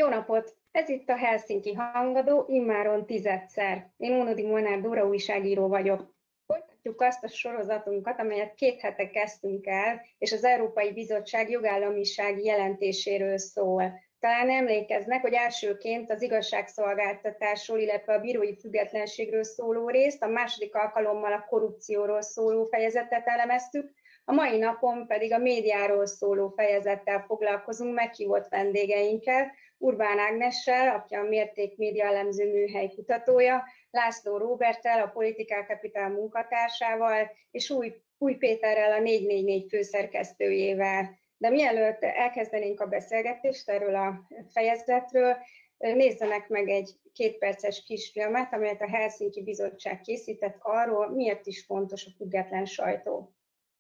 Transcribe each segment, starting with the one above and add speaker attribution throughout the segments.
Speaker 1: Jó napot! Ez itt a Helsinki Hangadó, immáron 10-szer. Én Ónodi Molnár Dóra újságíró vagyok. Folytatjuk azt a sorozatunkat, amelyet 2 hete kezdtünk el, és az Európai Bizottság jogállamisági jelentéséről szól. Talán emlékeznek, hogy elsőként az igazságszolgáltatásról, illetve a bírói függetlenségről szóló részt, a második alkalommal a korrupcióról szóló fejezetet elemeztük, a mai napon pedig a médiáról szóló fejezettel foglalkozunk meghívott vendégeinkkel, Urbán Ágnessel, aki a Mérték média elemző műhely kutatója, László Róberttel, a Political Capital munkatársával, és Új Péterrel, a 444 főszerkesztőjével. De mielőtt elkezdenénk a beszélgetést erről a fejezetről, nézzenek meg egy 2 perces kisfilmet, amelyet a Helsinki Bizottság készített arról, miért is fontos a független sajtó.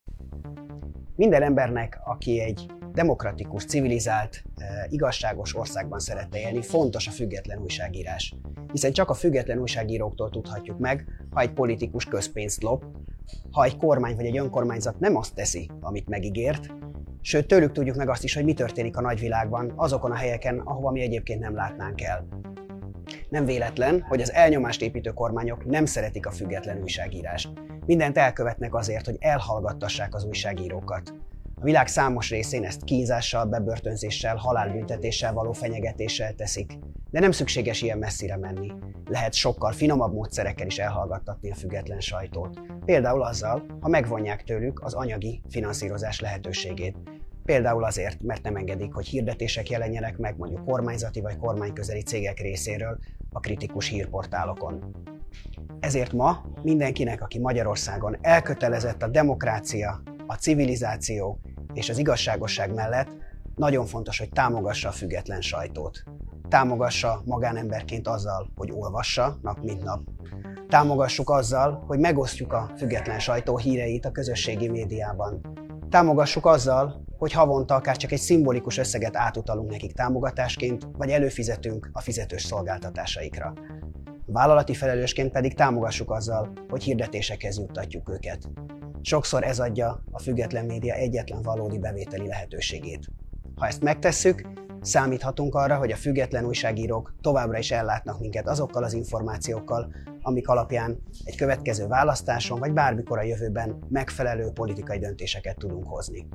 Speaker 2: Minden embernek, aki egy demokratikus, civilizált, igazságos országban szeretne élni, fontos a független újságírás. Hiszen csak a független újságíróktól tudhatjuk meg, ha egy politikus közpénzt lop, ha egy kormány vagy egy önkormányzat nem azt teszi, amit megígért, sőt tőlük tudjuk meg azt is, hogy mi történik a nagyvilágban, azokon a helyeken, ahova mi egyébként nem látnánk el. Nem véletlen, hogy az elnyomást építő kormányok nem szeretik a független újságírást. Mindent elkövetnek azért, hogy elhallgattassák az újságírókat. A világ számos részén ezt kínzással, bebörtönzéssel, halálbüntetéssel való fenyegetéssel teszik. De nem szükséges ilyen messzire menni. Lehet sokkal finomabb módszerekkel is elhallgattatni a független sajtót. Például azzal, ha megvonják tőlük az anyagi finanszírozás lehetőségét. Például azért, mert nem engedik, hogy hirdetések jelenjenek meg mondjuk kormányzati vagy kormányközeli cégek részéről a kritikus hírportálokon. Ezért ma mindenkinek, aki Magyarországon elkötelezett a demokrácia, a civilizáció és az igazságosság mellett, nagyon fontos, hogy támogassa a független sajtót. Támogassa magánemberként azzal, hogy olvassa nap mint nap. Támogassuk azzal, hogy megosztjuk a független sajtó híreit a közösségi médiában. Támogassuk azzal, hogy havonta akár csak egy szimbolikus összeget átutalunk nekik támogatásként, vagy előfizetünk a fizetős szolgáltatásaikra. Vállalati felelősként pedig támogassuk azzal, hogy hirdetésekhez juttatjuk őket. Sokszor ez adja a független média egyetlen valódi bevételi lehetőségét. Ha ezt megtesszük, számíthatunk arra, hogy a független újságírók továbbra is ellátnak minket azokkal az információkkal, amik alapján egy következő választáson vagy bármikor a jövőben megfelelő politikai döntéseket tudunk hozni.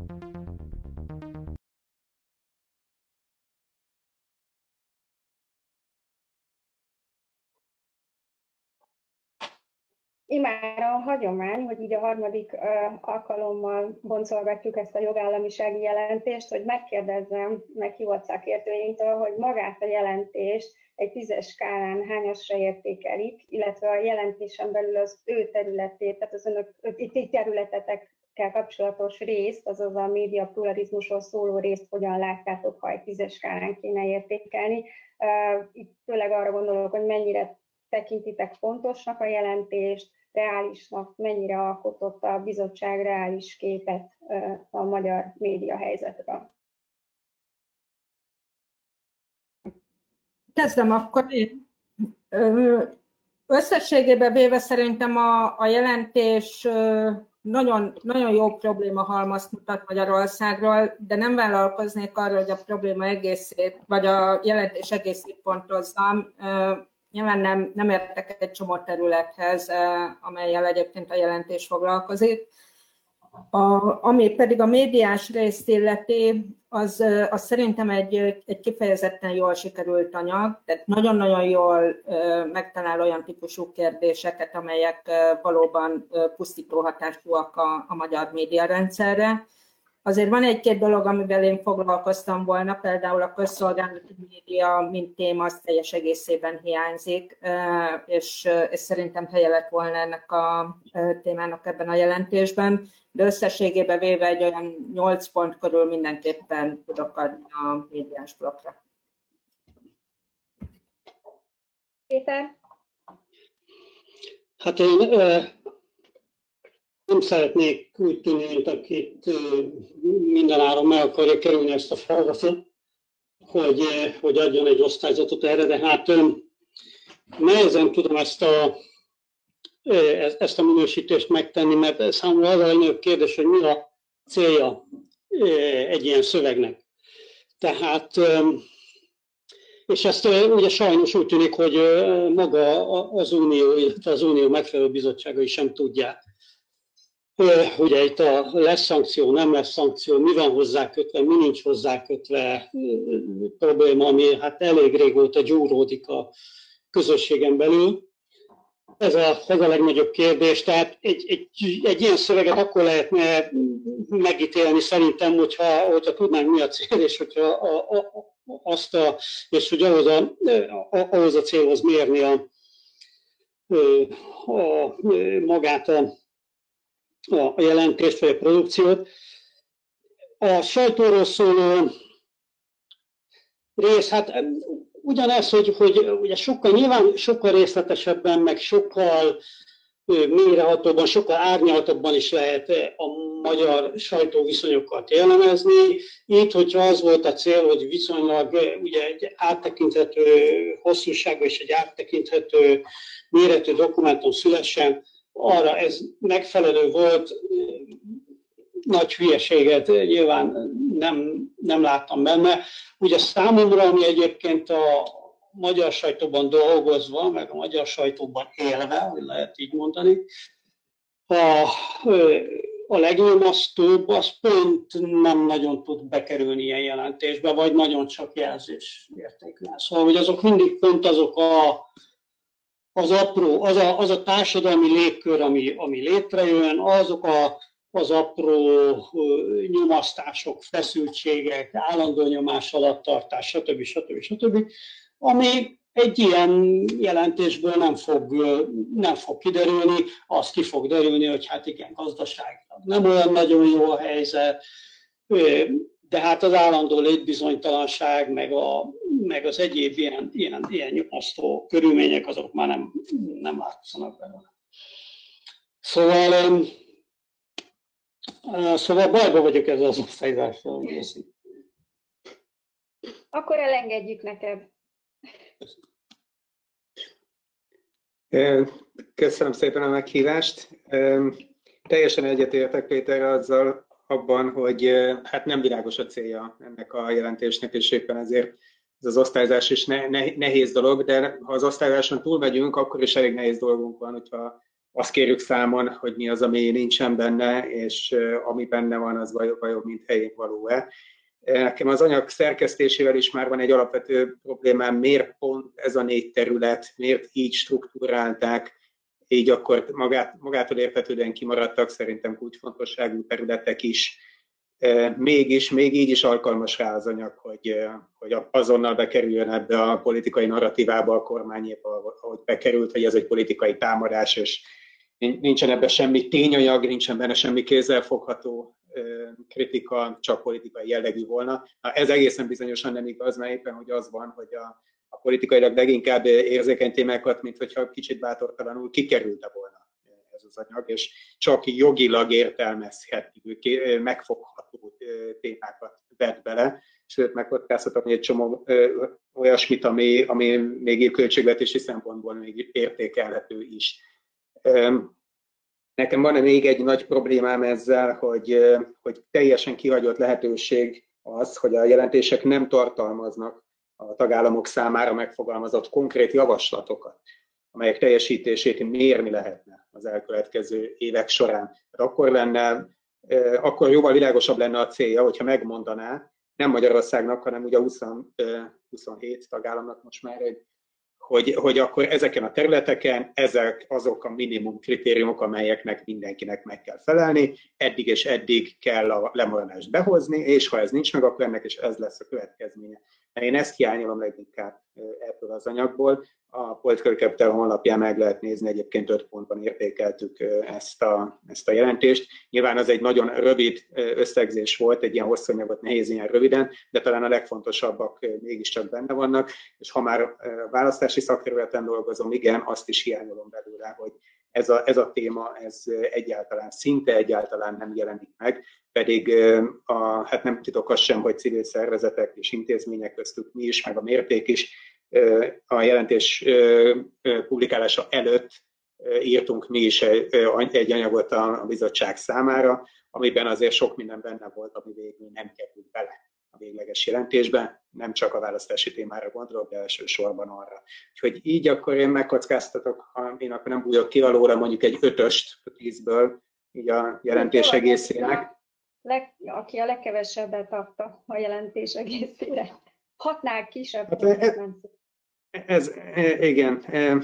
Speaker 1: Imáron hagyomány, hogy így a harmadik alkalommal boncolgatjuk ezt a jogállamisági jelentést, hogy megkérdezzem meghívott szakértőinktől, hogy magát a jelentést egy 10-es skálán hányasra értékelik, illetve a jelentésen belül az ő területét, tehát az önök itt területetekkel kapcsolatos részt, azaz a média pluralizmusról szóló részt hogyan láttátok, ha egy 10-es skálán kéne értékelni. Itt főleg arra gondolok, hogy mennyire tekintitek fontosnak a jelentést, reálisnak, mennyire alkotott a bizottság reális képet a magyar média helyzetről.
Speaker 3: Kezdem akkor én. Összességében véve szerintem a jelentés nagyon, nagyon jó problémahalmazt mutat Magyarországról, de nem vállalkoznék arra, hogy a probléma egészét, vagy a jelentés egészét pontozzam. Nyilván nem értek egy csomó területhez, amellyel egyébként a jelentés foglalkozik. Ami pedig a médiás részt illeti, az szerintem egy kifejezetten jól sikerült anyag, tehát nagyon-nagyon jól megtalál olyan típusú kérdéseket, amelyek valóban pusztító hatásúak a magyar médiarendszerre. Azért van egy-két dolog, amivel én foglalkoztam volna, például a közszolgálati média, mint téma, az teljes egészében hiányzik, és szerintem helye lett volna ennek a témának ebben a jelentésben, de összességében véve egy olyan 8 pont körül mindenképpen tudok adni a médiás blokkra.
Speaker 1: Péter?
Speaker 4: Hát én nem szeretnék úgy tűnni, mint akit mindenáron meg akarja kerülni ezt a feladatot, hogy adjon egy osztályzatot erre, de hát nehezen tudom ezt a minősítést megtenni, mert számomra az a legnagyobb kérdés, hogy mi a célja egy ilyen szövegnek. Tehát És ezt ugye sajnos úgy tűnik, hogy maga az Unió, az Unió megfelelő bizottságai sem tudják. Ugye itt lesz szankció, nem lesz szankció, mi van hozzá kötve, mi nincs hozzá kötve probléma, ami hát elég régóta gyúródik a közösségen belül. Ez a legnagyobb kérdés. Tehát egy ilyen szöveget akkor lehetne megítélni szerintem, hogyha tudnánk, mi a cél, és hogyha és hogy ahhoz a célhoz mérni magát a jelentést, vagy a produkciót. A sajtóról szóló rész, hát ugyanez, hogy ugye nyilván sokkal részletesebben, meg sokkal mélyrehatóbban, sokkal árnyaltabban is lehet a magyar sajtóviszonyokat jellemezni. Itt, hogyha az volt a cél, hogy viszonylag ugye egy áttekinthető hosszúságú és egy áttekinthető méretű dokumentum szülessen, arra ez megfelelő volt. Nagy hülyeséget nyilván nem láttam benne. Ugye számomra, ami egyébként a magyar sajtóban dolgozva, meg a magyar sajtóban élve, hogy lehet így mondani, a legnyomasztóbb, az pont nem nagyon tud bekerülni ilyen jelentésbe, vagy nagyon csak jelzés értékben. Szóval, hogy azok mindig pont azok az apró, az a társadalmi légkör, ami létrejön, azok az apró nyomasztások, feszültségek, állandó nyomás alatt tartás, stb. Ami egy ilyen jelentésből nem fog kiderülni, az ki fog derülni, hogy hát igen, gazdaságilag nem olyan nagyon jó a helyzet, de hát az állandó létbizonytalanság, meg az egyéb ilyen nyomasztó körülmények, azok már nem látszanak belőle. Szóval bajba vagyok ezzel az osztályzással.
Speaker 1: Akkor elengedjük neked.
Speaker 5: Köszönöm szépen a meghívást. Teljesen egyetértek Péter azzal abban, hogy hát nem világos a célja ennek a jelentésnek, és éppen ezért ez az osztályzás is nehéz dolog, de ha az osztályzáson túlmegyünk, akkor is elég nehéz dolgunk van, hogyha azt kérjük számon, hogy mi az, ami nincsen benne, és ami benne van, az vajon mind helyén való-e. Nekem az anyag szerkesztésével is már van egy alapvető problémám, miért pont ez a 4 terület, miért így struktúrálták, így akkor magától értetődően kimaradtak szerintem kulcsfontosságú területek is. Még így is alkalmas rá az anyag, hogy azonnal bekerüljön ebbe a politikai narratívába a kormányéba, ahogy bekerült, hogy ez egy politikai támadás, és nincsen ebben semmi tényanyag, nincsen benne semmi kézzelfogható kritika, csak politikai jellegű volna. Ez egészen bizonyosan nem igaz, mert éppen hogy az van, hogy a politikailag leginkább érzékeny témákat, mint hogyha kicsit bátortalanul kikerülte volna ez az anyag, és csak jogilag értelmezhető, megfogható témákat vett bele, sőt megkockáztatok egy csomó olyasmit, ami még költségvetési szempontból még értékelhető is. Nekem van még egy nagy problémám ezzel, hogy teljesen kihagyott lehetőség az, hogy a jelentések nem tartalmaznak a tagállamok számára megfogalmazott konkrét javaslatokat, amelyek teljesítését mérni lehetne az elkövetkező évek során. Akkor jóval világosabb lenne a célja, hogyha megmondaná, nem Magyarországnak, hanem ugye 27 tagállamnak most már, hogy akkor ezeken a területeken ezek azok a minimum kritériumok, amelyeknek mindenkinek meg kell felelni, eddig és eddig kell a lemaradást behozni, és ha ez nincs meg, akkor ennek is ez lesz a következménye. Én ezt hiányolom leginkább ebből az anyagból. A Political Capital honlapján meg lehet nézni, egyébként 5 pontban értékeltük ezt a jelentést. Nyilván az egy nagyon rövid összegzés volt, egy ilyen hosszú anyagot nehéz ilyen röviden, de talán a legfontosabbak mégiscsak benne vannak, és ha már választási szakterületen dolgozom, igen, azt is hiányolom belőle, hogy ez a téma, ez szinte egyáltalán nem jelenik meg, pedig hát nem titok az sem, hogy civil szervezetek és intézmények köztük mi is, meg a mérték is a jelentés publikálása előtt írtunk mi is egy anyagot a bizottság számára, amiben azért sok minden benne volt, ami végül nem került bele a végleges jelentésbe. nem csak a választási témára gondolok, de elsősorban arra. Úgyhogy így akkor én megkockáztatok, ha én akkor nem bújok ki alóra mondjuk egy 5-öst 10-ből, így a jelentés egészének.
Speaker 1: Aki a legkevesebbet adta a jelentés egészére. Hatnál kisebb.
Speaker 5: Hát igen.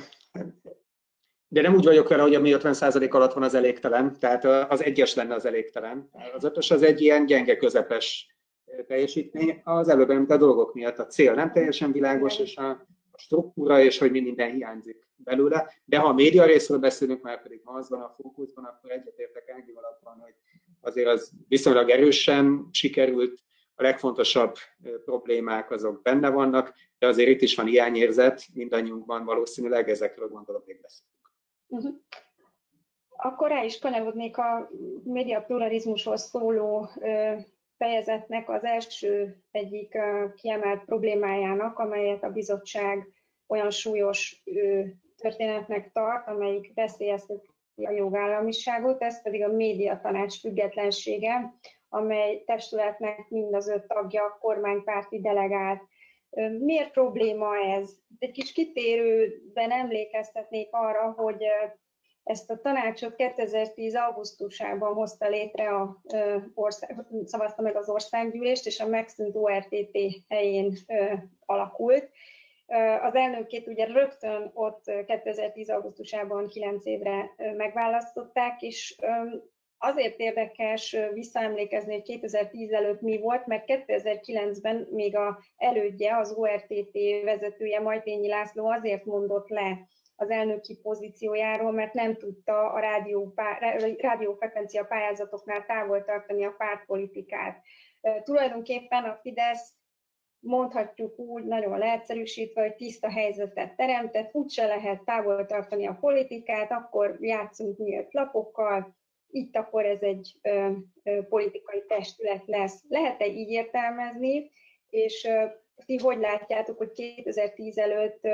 Speaker 5: De nem úgy vagyok vele, hogy a mi 50% alatt van az elégtelen, tehát az 1-es lenne az elégtelen. Az 5-ös az egy ilyen gyenge közepes teljesítmény. Az előbb említett dolgok miatt a cél nem teljesen világos, és a struktúra, és hogy minden hiányzik belőle. De ha a média részről beszélünk, már pedig ha az van a fókuszban, akkor egyetértek Ágival abban, hogy azért az viszonylag erősen sikerült. A legfontosabb problémák azok benne vannak, de azért itt is van hiányérzet, mindannyiunkban valószínűleg, ezekről gondolom még beszélünk.
Speaker 1: Akkor rá is kanyarodnék a média pluralizmusról szóló fejezetnek az első egyik kiemelt problémájának, amelyet a bizottság olyan súlyos történetnek tart, amelyik veszélyezteti a jogállamiságot, ez pedig a médiatanács függetlensége, amely testületnek mind az 5 tagja kormánypárti delegált. Miért probléma ez? Egy kis kitérőben emlékeztetnék arra, hogy ezt a tanácsot 2010. augusztusában hozta létre, szavazta meg az országgyűlést, és a megszűnt ORTT helyén alakult. Az elnökét ugye rögtön ott 2010. augusztusában 9 évre megválasztották, és azért érdekes visszaemlékezni, hogy 2010 előtt mi volt, mert 2009-ben még az elődje, az ORTT vezetője, Majtényi László azért mondott le az elnöki pozíciójáról, mert nem tudta a rádiófrekvencia pályázatoknál távol tartani a pártpolitikát. Tulajdonképpen a Fidesz, mondhatjuk úgy, nagyon leegyszerűsítve, hogy tiszta helyzetet teremtett, úgyse lehet távol tartani a politikát, akkor játszunk nyílt lapokkal, itt akkor ez egy politikai testület lesz. Lehet-e így értelmezni, és ti hogy látjátok, hogy 2010 előtt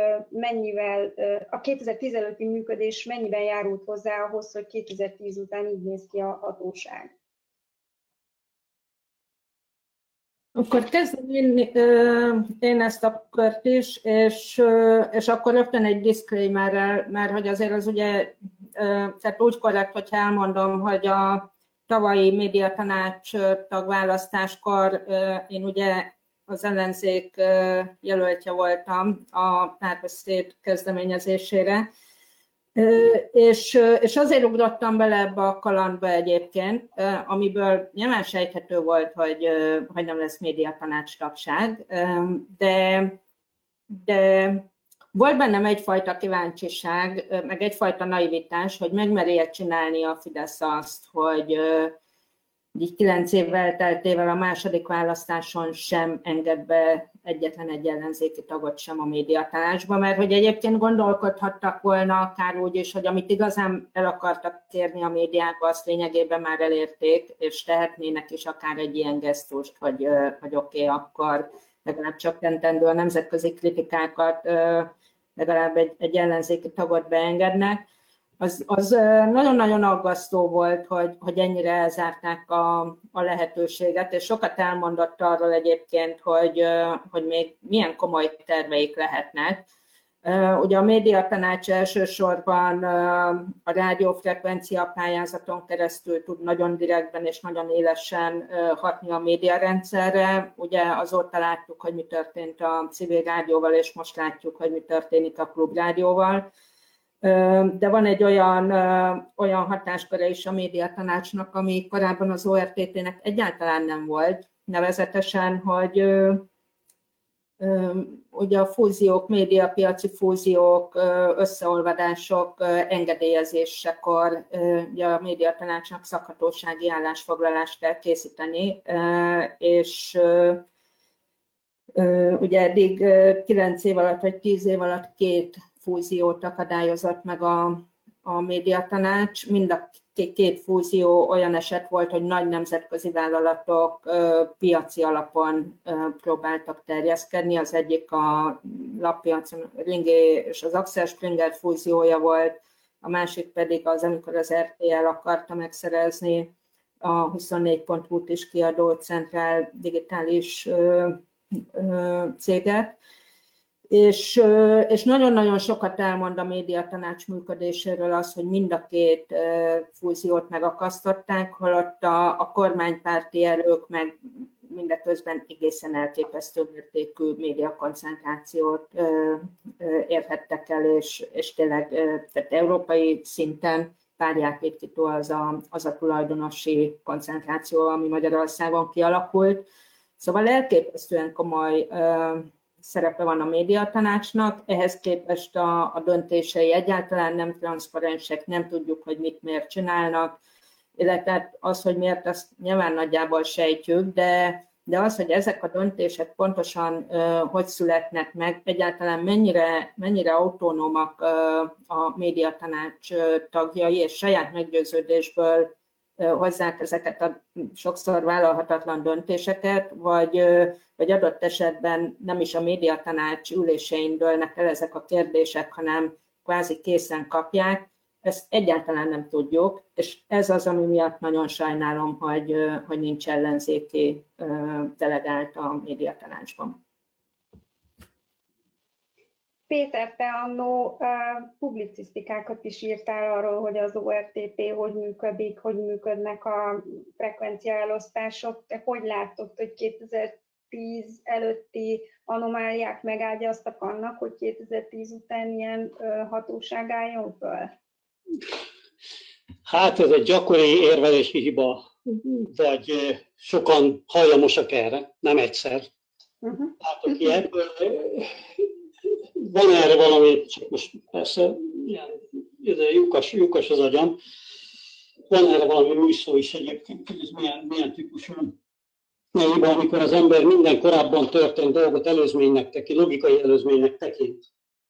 Speaker 1: a 2010 előtti működés mennyiben járult hozzá ahhoz, hogy 2010 után így néz ki a hatóság?
Speaker 3: Akkor kezdem én ezt a kört is, és akkor rögtön egy disclaimerrel, mert hogy azért az ugye, tehát úgy korrekt, hogyha elmondom, hogy a tavalyi médiatanács tagválasztáskor én ugye az ellenzék jelöltje voltam a párbeszéd kezdeményezésére, és azért ugrottam bele ebbe a kalandba egyébként, amiből nyilván sejthető volt, hogy nem lesz médiatanács tagság, de volt bennem egyfajta kíváncsiság, meg egyfajta naivitás, hogy megmerje csinálni a Fidesz azt, hogy így 9 év elteltével a második választáson sem enged be egyetlen egy ellenzéki tagot sem a médiatanácsba, mert hogy egyébként gondolkodhattak volna akár úgy is, hogy amit igazán el akartak kérni a médiába, azt lényegében már elérték, és tehetnének is akár egy ilyen gesztust, hogy oké, akkor legalább csökkentendő a nemzetközi kritikákat, legalább egy ellenzéki tagot beengednek. Az nagyon-nagyon aggasztó volt, hogy ennyire elzárták a lehetőséget, és sokat elmondott arról egyébként, hogy még milyen komoly terveik lehetnek. Ugye a médiatanács elsősorban a rádiófrekvencia pályázaton keresztül tud nagyon direktben és nagyon élesen hatni a médiarendszerre. Ugye azóta láttuk, hogy mi történt a civil rádióval, és most látjuk, hogy mi történik a klubrádióval. De van egy olyan hatásköre is a médiatanácsnak, ami korábban az ORTT-nek egyáltalán nem volt, nevezetesen, hogy ugye a fúziók, médiapiaci fúziók, összeolvadások engedélyezésekor ugye a médiatanácsnak szakhatósági állásfoglalást kell készíteni, és ugye eddig 9 év alatt vagy 10 év alatt 2 fúziót akadályozott meg a médiatanács. Mind a 2 fúzió olyan eset volt, hogy nagy nemzetközi vállalatok piaci alapon próbáltak terjeszkedni. Az egyik a lappiacon Ringé és az Axel Springer fúziója volt, a másik pedig az, amikor az RTL akarta megszerezni a 24.hu-t is kiadó Centrál digitális céget, és nagyon-nagyon sokat elmond a médiatanács működéséről az, hogy mind a két fúziót megakasztották, holott a kormánypárti erők meg mindeközben egészen elképesztő mértékű médiakoncentrációt érhettek el, és tényleg tehát európai szinten párjátékító az a tulajdonosi koncentráció, ami Magyarországon kialakult. Szóval elképesztően komoly szerepe van a médiatanácsnak, ehhez képest a döntései egyáltalán nem transzparensek, nem tudjuk, hogy mit miért csinálnak, illetve az, hogy miért, azt nyilván nagyjából sejtjük, de az, hogy ezek a döntések pontosan hogy születnek meg, egyáltalán mennyire autonómak a médiatanács tagjai, és saját meggyőződésből hozzák ezeket a sokszor vállalhatatlan döntéseket, vagy adott esetben nem is a médiatanács ülésein dőlnek el ezek a kérdések, hanem kvázi készen kapják. Ezt egyáltalán nem tudjuk, és ez az, ami miatt nagyon sajnálom, hogy nincs ellenzéki delegált a médiatanácsban.
Speaker 1: Péter, te annó publicisztikákat is írtál arról, hogy az ORTT hogy működik, hogy működnek a frekvenciaelosztások. Te hogy látod, hogy 2010 előtti anomáliák megágyaztak annak, hogy 2010 után ilyen hatóság álljon föl?
Speaker 4: Hát ez egy gyakori érvelési hiba, vagy sokan hajlamosak erre, nem egyszer. Látok ilyet. Van erre valami, csak most persze ilyen lyukas az agyam, van erre valami műszó is egyébként, hogy ez milyen típusú hiba, amikor az ember minden korábban történt dolgot előzménynek tekint, logikai előzménynek tekint.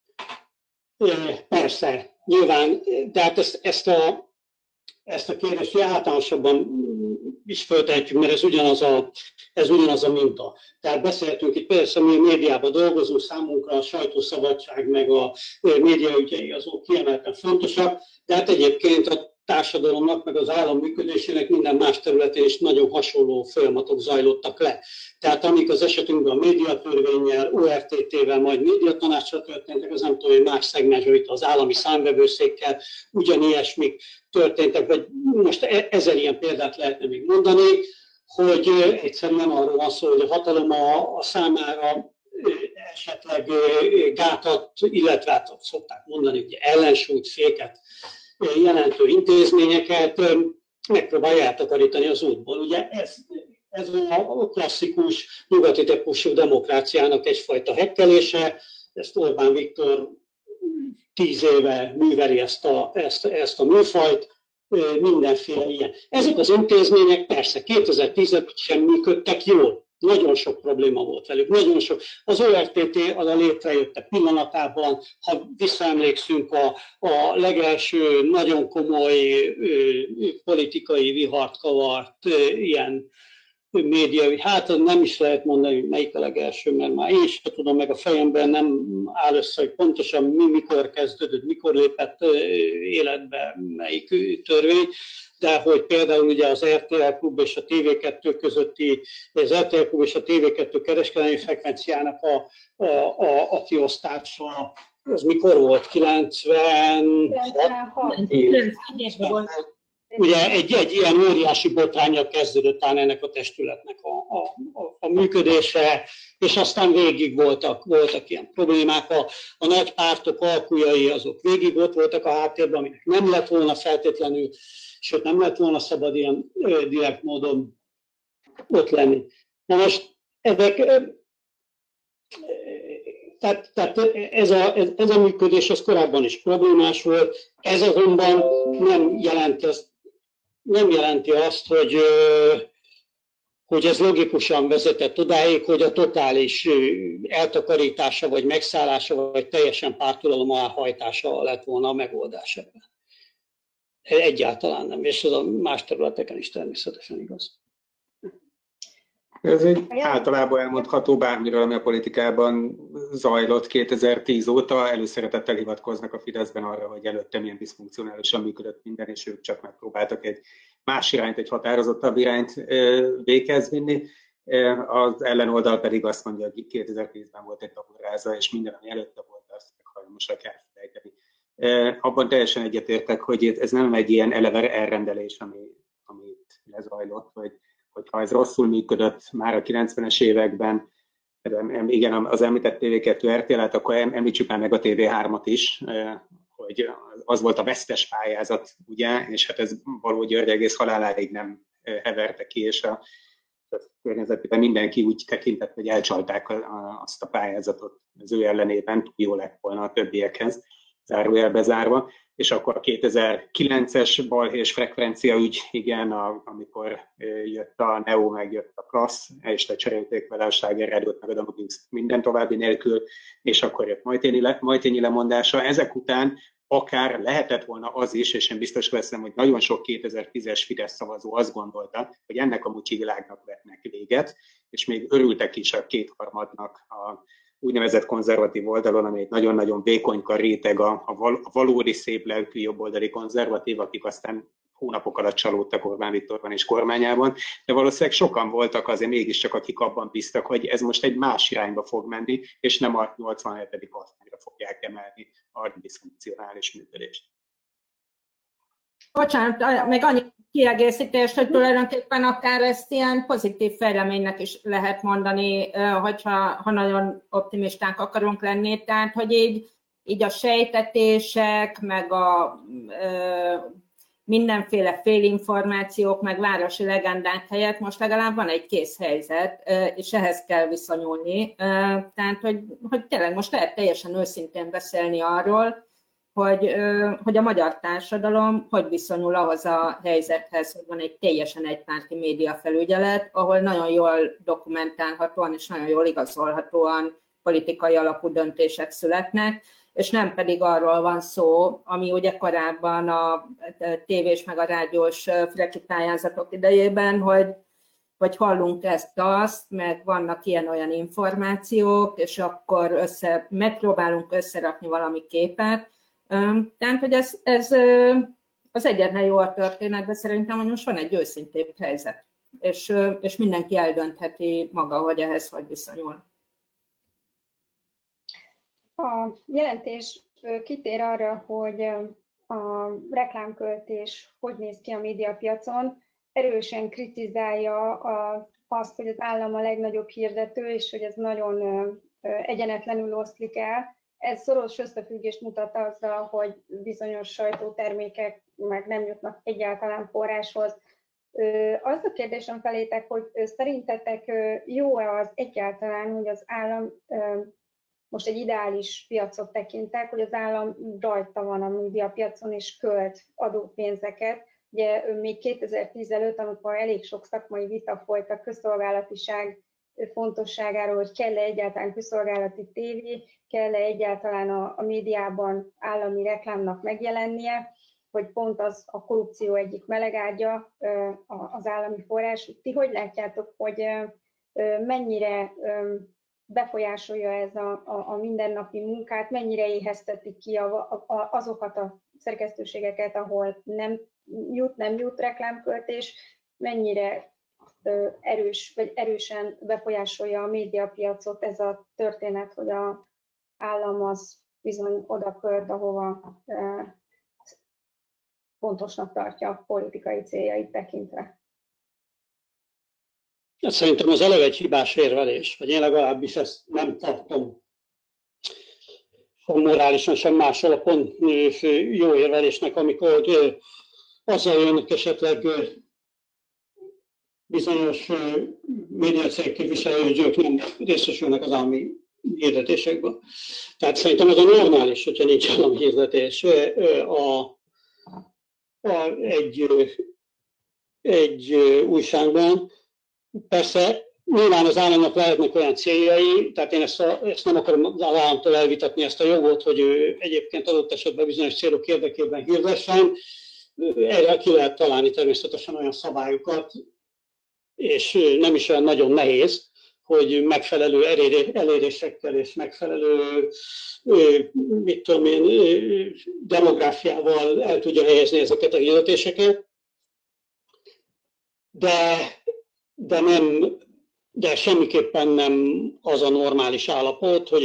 Speaker 4: Persze, nyilván, de hát ezt a kérdést általánosabban is föltehetjük, mert ez ugyanaz a minta. Tehát beszéltünk itt, persze mi a médiában dolgozunk, számunkra a sajtószabadság meg a médiaügyei azok kiemelten fontosak, de hát egyébként a társadalomnak, meg az állam működésének minden más területén is nagyon hasonló folyamatok zajlottak le. Tehát amik az esetünkben a médiatörvénnyel, ORTT-vel, majd médiatanácssal történtek, az nem tudom, hogy más szegmensben, itt az állami számvevőszékkel ugyanilyesmik történtek, vagy most ezer ilyen példát lehetne még mondani, hogy egyszerűen arról van szó, hogy a hatalom a számára esetleg gátat, illetve hát szokták mondani, hogy ellensúlyt, féket jelentő intézményeket megpróbálja eltakarítani az útból. Ugye ez a klasszikus nyugati típusú demokráciának egyfajta hekkelése, ezt Orbán Viktor 10 éve műveli ezt a műfajt, mindenféle ilyen. Ezek az intézmények persze 2010-ben sem működtek jól. Nagyon sok probléma volt velük, nagyon sok. Az ORTT az a létrejötte pillanatában, ha visszaemlékszünk a legelső nagyon komoly politikai vihart kavart ilyen média, hát nem is lehet mondani, hogy melyik a legelső, mert már én sem tudom, meg a fejemben nem áll össze, hogy pontosan mikor kezdődött, mikor lépett életbe melyik törvény, de hogy például ugye az RTL Klub és a TV2 közötti, az RTL Klub és a TV2 kereskedelmi frekvenciának a kiosztása, az mikor volt? 96? Ugye egy ilyen óriási botránnyal kezdődött ám ennek a testületnek a működése, és aztán végig voltak ilyen problémák. A nagy pártok alkujai azok végig ott voltak a háttérben, aminek nem lett volna feltétlenül, sőt nem lett volna szabad ilyen direkt módon ott lenni. Na most tehát ez a működés az korábban is problémás volt, ez azonban nem jelenti azt, hogy ez logikusan vezetett odáig, hogy a totális eltakarítása, vagy megszállása, vagy teljesen pártulalom elhajtása lett volna a megoldás ebben. Egyáltalán nem, és ez a más területeken is természetesen igaz.
Speaker 5: Ez egy általában elmondható bármiről, ami a politikában zajlott 2010 óta. Előszeretettel hivatkoznak a Fideszben arra, hogy előtte milyen diszfunkcionálisan működött minden, és ők csak megpróbáltak egy más irányt, egy határozottabb irányt véghez vinni. az ellenoldal pedig azt mondja, hogy 2010-ben volt egy taburáza, és minden, ami előtte volt, azt hajlamosak elfelejteni. Abban teljesen egyetértek, hogy ez nem egy ilyen eleve elrendelés, amit lezajlott, hogy ha ez rosszul működött már a 90-es években, igen, az említett TV2 RTL-et, akkor említsük már meg a TV3-at is, hogy az volt a vesztes pályázat, ugye, és hát ez Balogh György egész haláláig nem heverte ki, és a környezetében mindenki úgy tekintett, hogy elcsalták azt a pályázatot az ő ellenében, túl jó lett volna a többiekhez, zárójelbe zárva, és akkor a 2009-es balhés frekvencia ügy, igen, amikor jött a Neo, meg jött a Klassz, és lecserélték vele a Sláger Rádiót, meg a Damudinszt minden további nélkül, és akkor jött Majtényi lemondása. Ezek után akár lehetett volna az is, és én biztos veszem, hogy nagyon sok 2010-es Fidesz szavazó azt gondolta, hogy ennek a mutyi világnak vetnek véget, és még örültek is a kétharmadnak a úgynevezett konzervatív oldalon, ami egy nagyon-nagyon vékonyka réteg a valódi szép lelkű jobboldali konzervatív, akik aztán hónapok alatt csalódtak Orbán Viktorban és kormányában, de valószínűleg sokan voltak azért mégiscsak, akik abban bíztak, hogy ez most egy más irányba fog menni, és nem a 87. osztályra fogják emelni a diszfunkcionális működést.
Speaker 3: Bocsánat, még annyi kiegészítés, hogy tulajdonképpen akár ezt ilyen pozitív fejleménynek is lehet mondani, hogyha nagyon optimisták akarunk lenni. Tehát, hogy így a sejtetések, meg a mindenféle félinformációk, meg városi legendák helyett most legalább van egy kész helyzet, és ehhez kell viszonyulni. Tehát, hogy tényleg most lehet teljesen őszintén beszélni arról, hogy a magyar társadalom hogy viszonyul ahhoz a helyzethez, hogy van egy teljesen egypárti médiafelügyelet, ahol nagyon jól dokumentálhatóan és nagyon jól igazolhatóan politikai alapú döntések születnek, és nem pedig arról van szó, ami ugye korábban a tévés meg a rádiós freki pályázatok idejében, hogy hallunk ezt-azt, meg vannak ilyen-olyan információk, és akkor megpróbálunk összerakni valami képet. Tehát, hogy ez az egyetlen jó a történetben szerintem, hogy most van egy őszintébb helyzet, és mindenki eldöntheti maga, hogy ehhez hogy viszonyul.
Speaker 1: A jelentés kitér arra, hogy a reklámköltés hogy néz ki a médiapiacon, erősen kritizálja azt, hogy az állam a legnagyobb hirdető, és hogy ez nagyon egyenetlenül oszlik el. Ez szoros összefüggést mutat azzal, hogy bizonyos sajtótermékek meg nem jutnak egyáltalán forráshoz. Az a kérdésem felétek, hogy szerintetek jó-e az egyáltalán, hogy az állam, most egy ideális piacot tekintek, hogy az állam rajta van a médiapiacon és költ adópénzeket. Ugye még 2010 előtt, amikor elég sok szakmai vita folyt a közszolgálatiság fontosságáról, hogy kell-e egyáltalán közszolgálati tévé, kell-e egyáltalán a médiában állami reklámnak megjelennie, hogy pont az a korrupció egyik melegágya az állami forrás. Ti hogy látjátok, hogy mennyire befolyásolja ez a mindennapi munkát, mennyire éheztetik ki azokat a szerkesztőségeket, ahol nem jut reklámköltés, mennyire erős vagy erősen befolyásolja a médiapiacot ez a történet, hogy az állam az bizony oda költ, ahova fontosnak tartja a politikai céljait tekintve.
Speaker 4: Szerintem az eleve egy hibás érvelés, vagy én legalábbis ezt nem tartom sem morálisan, sem más alapon jó érvelésnek, amikor azzal jönnek esetleg bizonyos médiacég képviselők nem részesülnek az állami hirdetésekben. Tehát szerintem ez a normális, hogyha nincs állami hirdetés egy újságban. Persze nyilván az államnak lehetnek olyan céljai, tehát én ezt nem akarom az államtól elvitatni, ezt a jogot, hogy ő egyébként adott esetben bizonyos célok érdekében hirdessen. Erre ki lehet találni természetesen olyan szabályokat, és nem is olyan nagyon nehéz, hogy megfelelő elérésekkel és megfelelő mit tudom én, demográfiával el tudja helyezni ezeket a hirdetéseket. De nem de semmiképpen nem az a normális állapot, hogy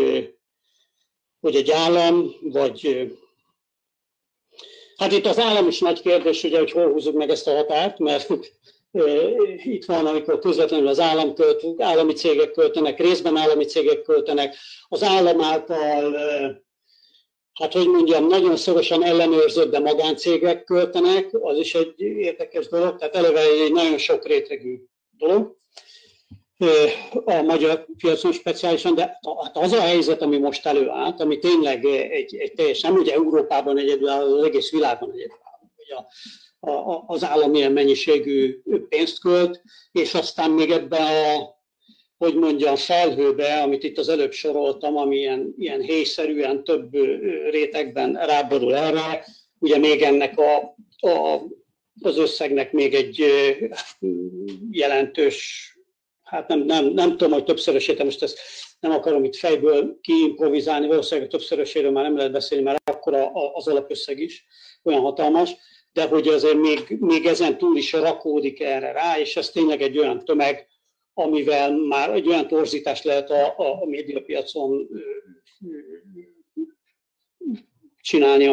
Speaker 4: egy állam, vagy hát itt az állam is nagy kérdés, ugye, hogy hol húzzuk meg ezt a határt, mert itt van, amikor közvetlenül az állam költ, állami cégek költenek, részben állami cégek költenek, az állam által, hát hogy mondjam, nagyon szorosan ellenőrzött, de magáncégek költenek, az is egy érdekes dolog, tehát eleve egy nagyon sok rétegű dolog a magyar piacon speciálisan, de az a helyzet, ami most előállt, ami tényleg egy teljesen, nem ugye Európában egyedülálló, az egész világon egyedülálló, hogy az állam ilyen mennyiségű pénzt költ, és aztán még ebben hogy mondjam, felhőbe, amit itt az előbb soroltam, ami ilyen héjszerűen több rétegben ráborul erre, ugye még ennek az összegnek még egy jelentős, hát nem tudom, hogy többszörösét, most ezt nem akarom itt fejből kiimprovizálni, valószínűleg többszöröséről már nem lehet beszélni, mert akkor az alapösszeg is olyan hatalmas, de hogy azért még ezen túl is rakódik erre rá, és ez tényleg egy olyan tömeg, amivel már egy olyan torzítást lehet a médiapiacon csinálni,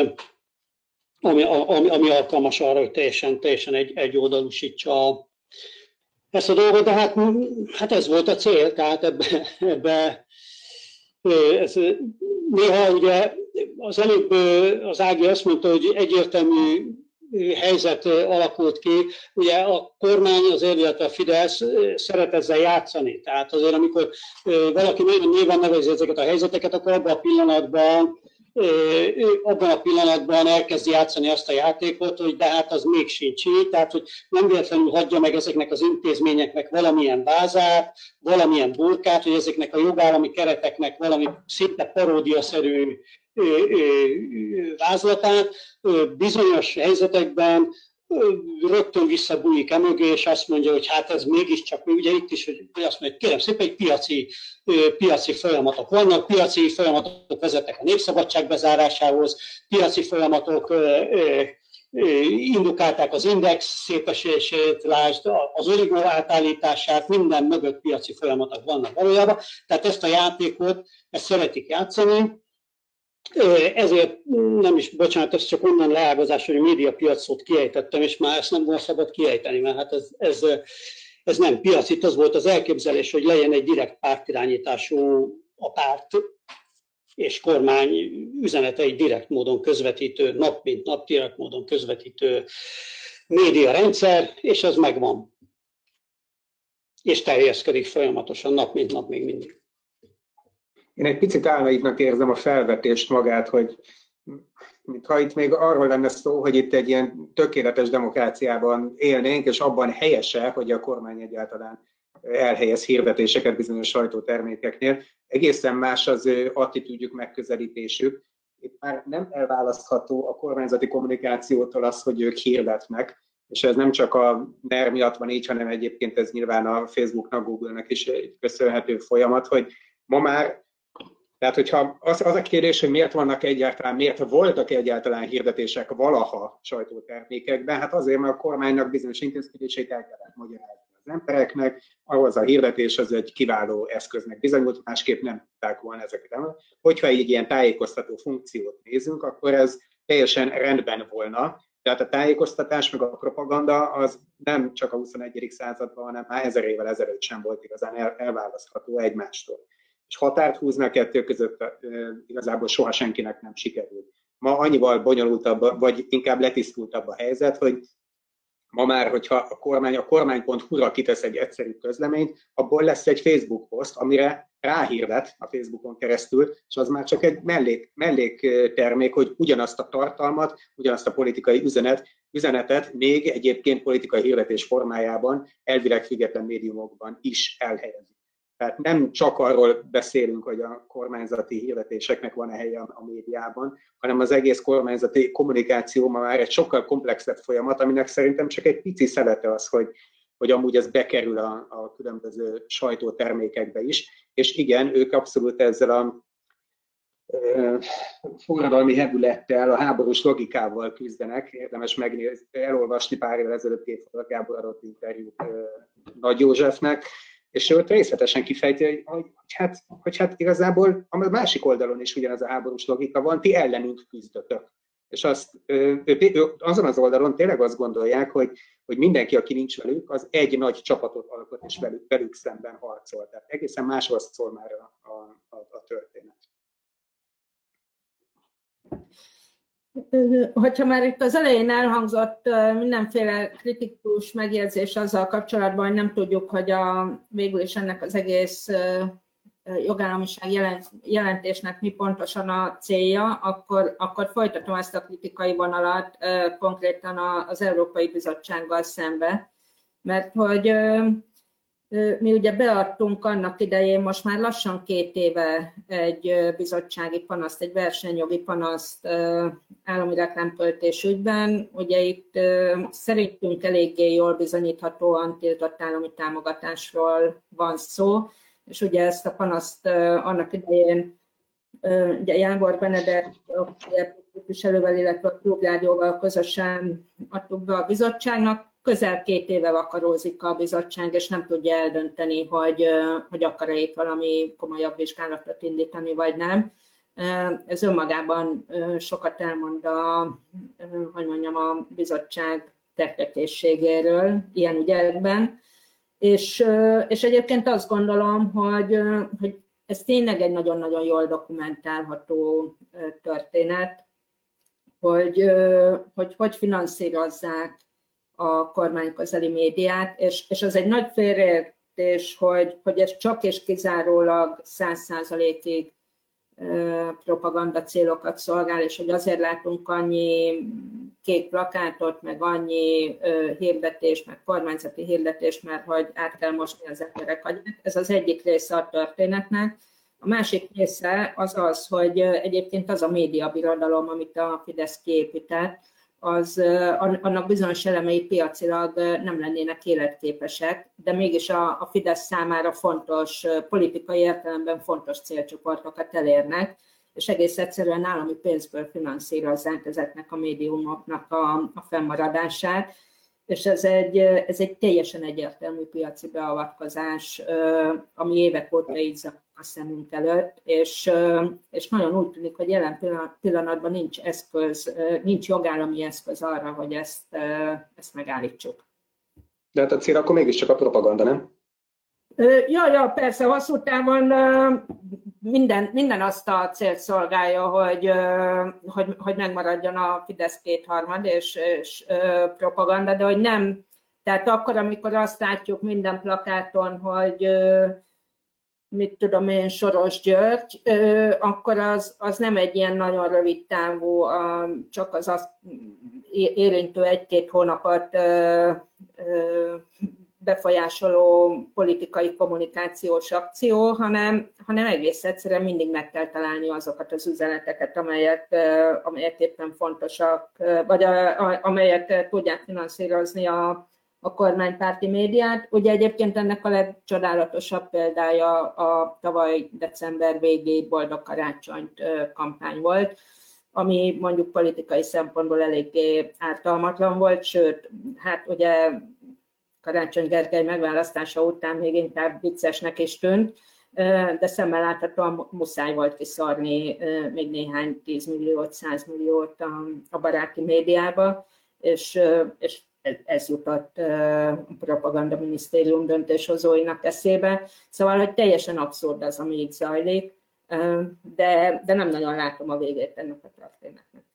Speaker 4: ami alkalmas arra, hogy teljesen egyoldalúsítsa ezt a dolgot, de hát ez volt a cél, tehát ebbe néha ugye az előbb az Ági azt mondta, hogy egyértelmű helyzet alakult ki. Ugye a kormány, illetve a Fidesz szeret ezzel játszani. Tehát azért, amikor valaki nagyon néven nevezi ezeket a helyzeteket, akkor abban a pillanatban elkezdi játszani azt a játékot, hogy de hát az még sincs így, tehát hogy nem véletlenül hagyja meg ezeknek az intézményeknek valamilyen vázát, valamilyen burkát, hogy ezeknek a jogállami kereteknek valami szinte paródiaszerű vázlatát, bizonyos helyzetekben rögtön visszabújik emögé, és azt mondja, hogy hát ez mégiscsak, ugye itt is, hogy azt mondja, kérem szépen, egy piaci folyamatok vannak, piaci folyamatok vezetnek a népszabadság bezárásához, piaci folyamatok indukálták az index szétesését, lásd, az oligó átállítását, minden mögött piaci folyamatok vannak valójában, tehát ezt a játékot, ezt szeretik játszani. Ezért nem is, bocsánat, ez csak onnan leágazás, hogy a médiapiacot kiejtettem, és már ezt nem volt szabad kiejteni, mert hát ez nem piac. Itt az volt az elképzelés, hogy legyen egy direkt pártirányítású a párt és kormány üzenetei direkt módon közvetítő, nap mint nap direkt módon közvetítő médiarendszer, és ez megvan. És terjeszkedik folyamatosan, nap mint nap még mindig.
Speaker 5: Én egy picit álnaivnak érzem a felvetést magát, hogy mintha itt még arról lenne szó, hogy itt egy ilyen tökéletes demokráciában élnénk, és abban helyese, hogy a kormány egyáltalán elhelyez hirdetéseket bizonyos sajtótermékeknél. Egészen más az ő attitűdjük, megközelítésük. Itt már nem elválasztható a kormányzati kommunikációtól az, hogy ők hirdetnek, és ez nem csak a NER miatt van így, hanem egyébként ez nyilván a Facebooknak, Google-nek is egy köszönhető folyamat, hogy ma már, tehát hogyha az a kérdés, hogy miért voltak egyáltalán hirdetések valaha sajtótermékekben, hát azért, mert a kormánynak bizonyos intézkedéseit el kellett magyarázni az embereknek, ahhoz a hirdetés az egy kiváló eszköznek bizonyult, másképp nem tudták volna ezeket. Hogyha egy ilyen tájékoztató funkciót nézünk, akkor ez teljesen rendben volna. Tehát a tájékoztatás meg a propaganda az nem csak a 21. században, hanem már 1000 évvel ezelőtt sem volt igazán elválasztható egymástól. És határt húzni a kettő között igazából soha senkinek nem sikerült. Ma annyival bonyolultabb, vagy inkább letisztultabb a helyzet, hogy ma már, hogyha a kormány.hu-ra kitesz egy egyszerű közleményt, abból lesz egy Facebook poszt, amire ráhirdet a Facebookon keresztül, és az már csak egy melléktermék, hogy ugyanazt a tartalmat, ugyanazt a politikai üzenetet még egyébként politikai hirdetés formájában, elvileg független médiumokban is elhelyezi. Tehát nem csak arról beszélünk, hogy a kormányzati hirdetéseknek van-e helye a médiában, hanem az egész kormányzati kommunikáció ma már egy sokkal komplexebb folyamat, aminek szerintem csak egy pici szelete az, hogy amúgy ez bekerül a különböző sajtótermékekbe is. És igen, ők abszolút ezzel a forradalmi hevülettel, a háborús logikával küzdenek. Érdemes elolvasni pár évvel ezelőtt Gábor adott interjút Nagy Józsefnek, és ő ott részletesen kifejti, hogy hát igazából a másik oldalon is ugyanaz a háborús logika van, ti ellenünk küzdötök. És azon az oldalon tényleg azt gondolják, hogy mindenki, aki nincs velük, az egy nagy csapatot alkot, és velük szemben harcol. Tehát egészen másról szól már a történet.
Speaker 3: Hogyha már itt az elején elhangzott mindenféle kritikus megjegyzés azzal kapcsolatban, hogy nem tudjuk, hogy végül is ennek az egész jogállamiság jelentésnek mi pontosan a célja, akkor folytatom ezt a kritikai vonalat konkrétan az Európai Bizottsággal szembe, mert hogy mi ugye beadtunk annak idején, most már lassan 2 éve egy bizottsági panaszt, egy versenyjogi panaszt állami reklámköltés ügyben. Ugye itt szerintünk eléggé jól bizonyíthatóan tiltott állami támogatásról van szó, és ugye ezt a panaszt annak idején ugye Jámbor Benedek képviselővel, illetve a Klubrádióval közösen adtuk be a bizottságnak. Közel 2 éve vakarózik a bizottság, és nem tudja eldönteni, hogy akar-e itt valami komolyabb vizsgálatot indítani, vagy nem. Ez önmagában sokat elmond a bizottság tekletésségéről ilyen ügyekben. És egyébként azt gondolom, hogy ez tényleg egy nagyon-nagyon jól dokumentálható történet, hogy finanszírozzák a kormányközeli médiát, és az egy nagy félreértés, hogy ez csak és kizárólag 100%-ig propaganda célokat szolgál, és hogy azért látunk annyi kék plakátot, meg annyi hirdetést, meg kormányzati hirdetést, mert hogy át kell mosni az emberek agyát. Ez az egyik része a történetnek. A másik része az, hogy egyébként az a médiabirodalom, amit a Fidesz kiépített, annak bizonyos elemei piacilag nem lennének életképesek, de mégis a Fidesz számára fontos, politikai értelemben fontos célcsoportokat elérnek, és egész egyszerűen állami pénzből finanszírozzák ezeknek a médiumoknak a fennmaradását, és ez egy teljesen egyértelmű piaci beavatkozás, ami évek óta így zajlik a szemünk előtt, és nagyon úgy tűnik, hogy jelen pillanatban nincs jogállami eszköz arra, hogy ezt megállítsuk.
Speaker 5: De hát a cél akkor mégiscsak a propaganda, nem?
Speaker 3: Ja, persze, hosszú távon minden azt a célt szolgálja, hogy megmaradjon a Fidesz 2/3 és propaganda, de hogy nem. Tehát akkor, amikor azt látjuk minden plakáton, hogy mit tudom én, Soros György, akkor az nem egy ilyen nagyon rövid távú, csak az azt érintő 1-2 hónapot befolyásoló politikai kommunikációs akció, hanem egész egyszerűen mindig meg kell találni azokat az üzeneteket, amelyek éppen fontosak, vagy amelyek tudják finanszírozni a kormánypárti médiát. Ugye egyébként ennek a legcsodálatosabb példája a tavaly december végéig Boldog Karácsonyt kampány volt, ami mondjuk politikai szempontból eléggé ártalmatlan volt, sőt, hát ugye Karácsony Gergely megválasztása után még inkább viccesnek is tűnt, de szemmel láthatóan muszáj volt kiszórni még néhány 10 milliót, 100 milliót a baráti médiába, és ez jutott a propaganda minisztérium döntéshozóinak eszébe. Szóval, hogy teljesen abszurd az, ami így zajlik, de nem nagyon látom a végét ennek a történetnek.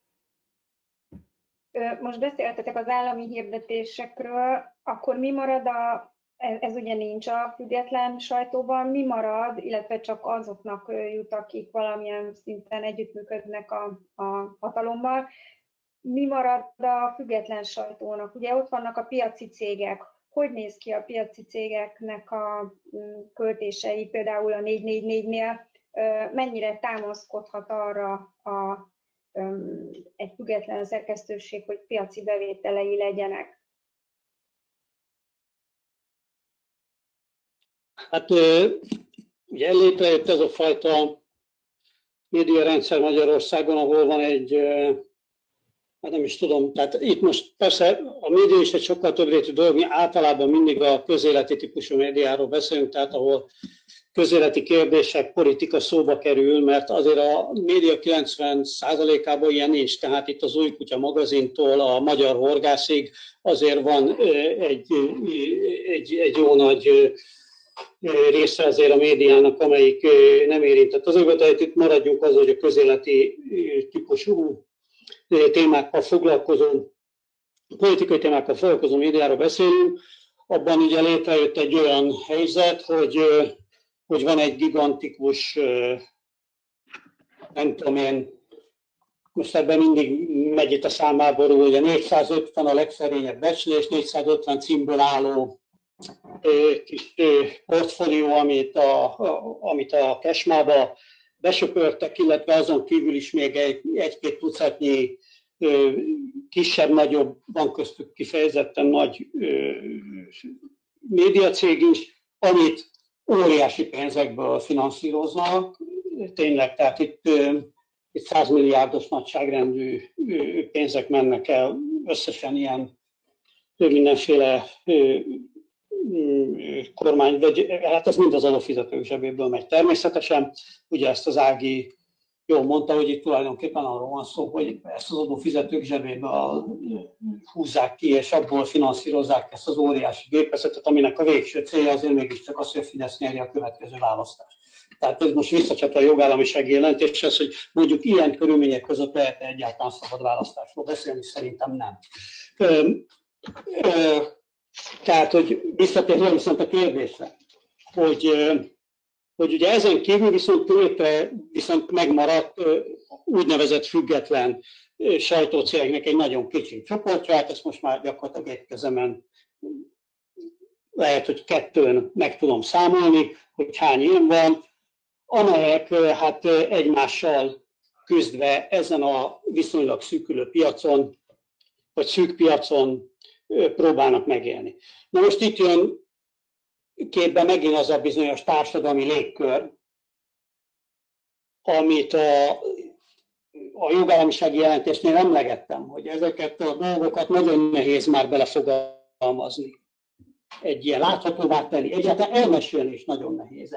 Speaker 1: Most beszéltetek az állami hirdetésekről, akkor mi marad ez ugye nincs a független sajtóban, mi marad, illetve csak azoknak jut, akik valamilyen szinten együttműködnek a hatalommal, mi marad a független sajtónak? Ugye ott vannak a piaci cégek. Hogy néz ki a piaci cégeknek a költései, például a 444-nél? Mennyire támaszkodhat arra egy független szerkesztőség, hogy piaci bevételei legyenek?
Speaker 4: Hát ugye létrejött ez a fajta médiarendszer Magyarországon, ahol van egy nem is tudom, tehát itt most persze a média is egy sokkal több rétű dolog, mi általában mindig a közéleti típusú médiáról beszélünk, tehát ahol közéleti kérdések, politika szóba kerül, mert azért a média 90%-ában ilyen nincs, tehát itt az Új Kutya magazintól a Magyar Horgászig azért van egy jó nagy része azért a médiának, amelyik nem érintett az ügybe, de itt maradjunk az, hogy a közéleti típusú témákkal foglalkozó, politikai témákkal foglalkozó médiáról beszélünk. Abban ugye létrejött egy olyan helyzet, hogy van egy gigantikus, nem tudom én, most ebben mindig megy itt a számáború, ugye 450 a legszerényebb becslés, 450 címből álló kis portfólió, amit a Kesmába besöpörtek, illetve azon kívül is még egy-két tucatnyi kisebb-nagyobb, van köztük kifejezetten nagy médiacég is, amit óriási pénzekből finanszíroznak, tényleg, tehát itt 100 milliárdos nagyságrendű pénzek mennek el, összesen ilyen mindenféle kormány, hát ez mind az adófizetők zsebéből megy természetesen. Ugye ezt az Ági jól mondta, hogy itt tulajdonképpen arról van szó, hogy ezt az adófizetők zsebéből húzzák ki, és abból finanszírozzák ezt az óriási gépezetet, aminek a végső célja azért mégiscsak az, hogy a Fidesz nyerje a következő választást. Tehát ez most visszacsatol a jogállamisági jelentéshez, hogy mondjuk ilyen körülmények között lehet egyáltalán szabad választásról beszélni, szerintem nem. Tehát, hogy visszatérve viszont a kérdésre, hogy ugye ezen kívül viszont megmaradt úgynevezett független sajtócégeknek egy nagyon kicsi csoportja, hát ezt most már gyakorlatilag egy kezemen lehet, hogy kettőn meg tudom számolni, hogy hány ilyen van, amelyek hát egymással küzdve ezen a viszonylag szűkülő piacon, vagy szűk piacon próbálnak megélni. Na most itt jön képbe megint az a bizonyos társadalmi légkör, amit a jogállamisági jelentésnél emlegettem, hogy ezeket a dolgokat nagyon nehéz már belefogalmazni. Egy ilyen láthatóvá tenni, egyáltalán elmesélni is nagyon nehéz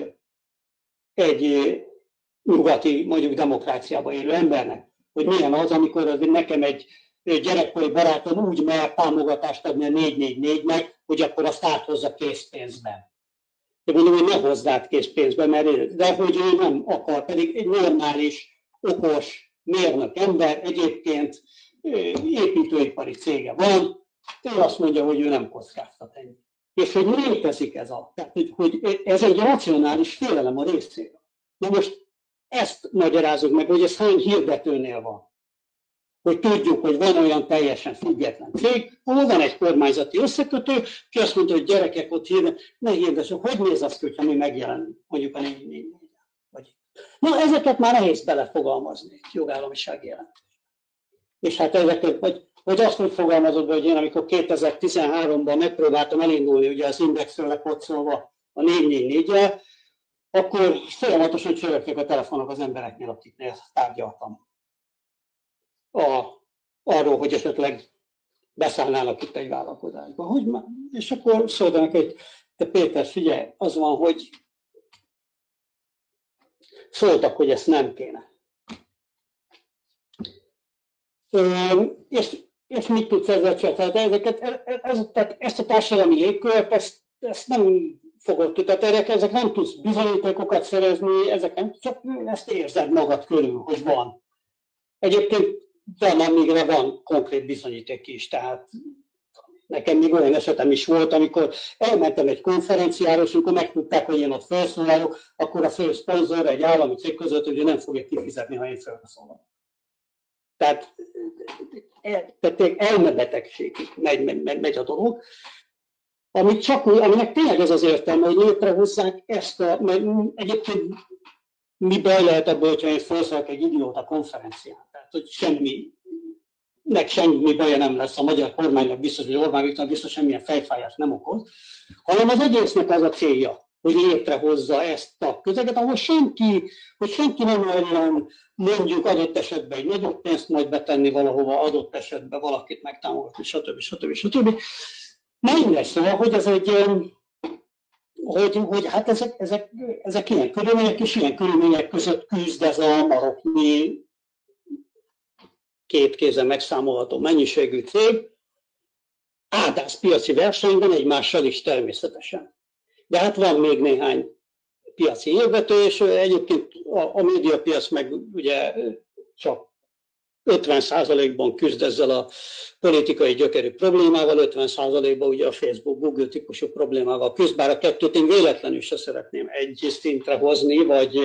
Speaker 4: egy nyugati, mondjuk demokráciában élő embernek, hogy milyen az, amikor nekem egy gyerekkori barátom úgy mer támogatást adni a 444-nek, hogy akkor azt áthozza készpénzben. De mondom, hogy ne hozd át készpénzben, de hogy ő nem akar, pedig egy normális, okos mérnök ember, egyébként építőipari cége van, ő azt mondja, hogy ő nem kockáztat ennyi. És hogy létezik ez hogy ez egy racionális félelem a részéről. Na most ezt magyarázzuk meg, hogy ez hány hirdetőnél van. Hogy tudjuk, hogy van olyan teljesen független cég, ahol van egy kormányzati összekötő, ki azt mondja, hogy gyerekek ott ne hirdessük, hogy néz azt, hogyha mi megjelenünk, mondjuk a 444-en. Na, ezeket már nehéz belefogalmazni jogállamisági jelentésben. És hát ezeket, vagy azt úgy fogalmazod be, hogy én amikor 2013-ban megpróbáltam elindulni ugye az Indexről lekocolva a 444-jel, akkor folyamatosan csörögtek a telefonok az embereknél, akiknél tárgyaltam. Arról, hogy esetleg beszállnának itt egy vállalkozásba. És akkor szóldanak, hogy te Péter, figyelj, az van, hogy szóltak, hogy ezt nem kéne. És mit tudsz ezzel csinálni? Tehát ezt a társadalmi légkört, ezt nem fogod tudni. Tehát ezek nem tudsz bizonyítékokat szerezni, ezek nem, csak ezt érzed magad körül, hogy van. Egyébként van, amígre van konkrét bizonyíték is, tehát nekem még olyan esetem is volt, amikor elmentem egy konferenciára, és amikor megtudták, hogy én ott felszólalok, akkor a fő szponzor egy állami cég között, hogy nem fogja kifizetni, ha én felszólalok. Tehát elmebetegségig megy a dolog, aminek tényleg ez az értelme, hogy létrehozzák ezt egyébként mi baj lehet abból, hogyha én felszólok egy idióta konferencián. Tehát, hogy semmi baja nem lesz a magyar kormánynak, biztos, hogy Orbán Viktornak biztos semmilyen fejfájást nem okoz, hanem az egésznek az a célja, hogy létrehozza ezt a közeget, ahol senki nem olyan mondjuk adott esetben egy nagyobb pénzt majd betenni valahova, adott esetben valakit megtámogatni, stb. Mindegy, szóval, hogy ez egy, hogy hát ezek ilyen körülmények, és ilyen körülmények között küzd ez a maroknyi két kézen megszámolható mennyiségű cég, áldász piaci versenyben egymással is természetesen. De hát van még néhány piaci hirdető, és egyébként a médiapiac meg ugye csak 50%-ban küzd ezzel a politikai gyökerű problémával, 50%-ban ugye a Facebook, Google típusú problémával küzd, bár a kettőt én véletlenül se szeretném egy szintre hozni, vagy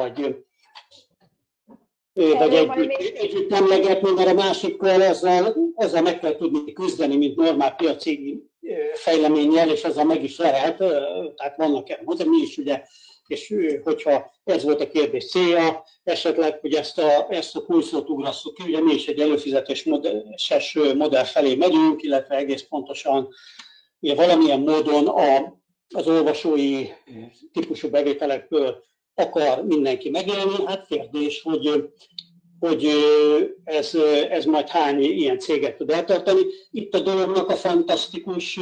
Speaker 4: együtt emlegetni, mert a másikkal azzal meg kell tudni küzdeni, mint normál piaci fejleménnyel, és azzal meg is lehet, tehát vannak erre hozzá, mi is ugye, és hogyha ez volt a kérdés célja, esetleg, hogy ezt a kulcsot ugrasszuk ki, ugye mi is egy előfizetés modell felé megyünk, illetve egész pontosan ugye valamilyen módon az olvasói típusú bevételekből akar mindenki megélni, hát kérdés, hogy ez majd hány ilyen céget tud eltartani. Itt a dolognak a fantasztikus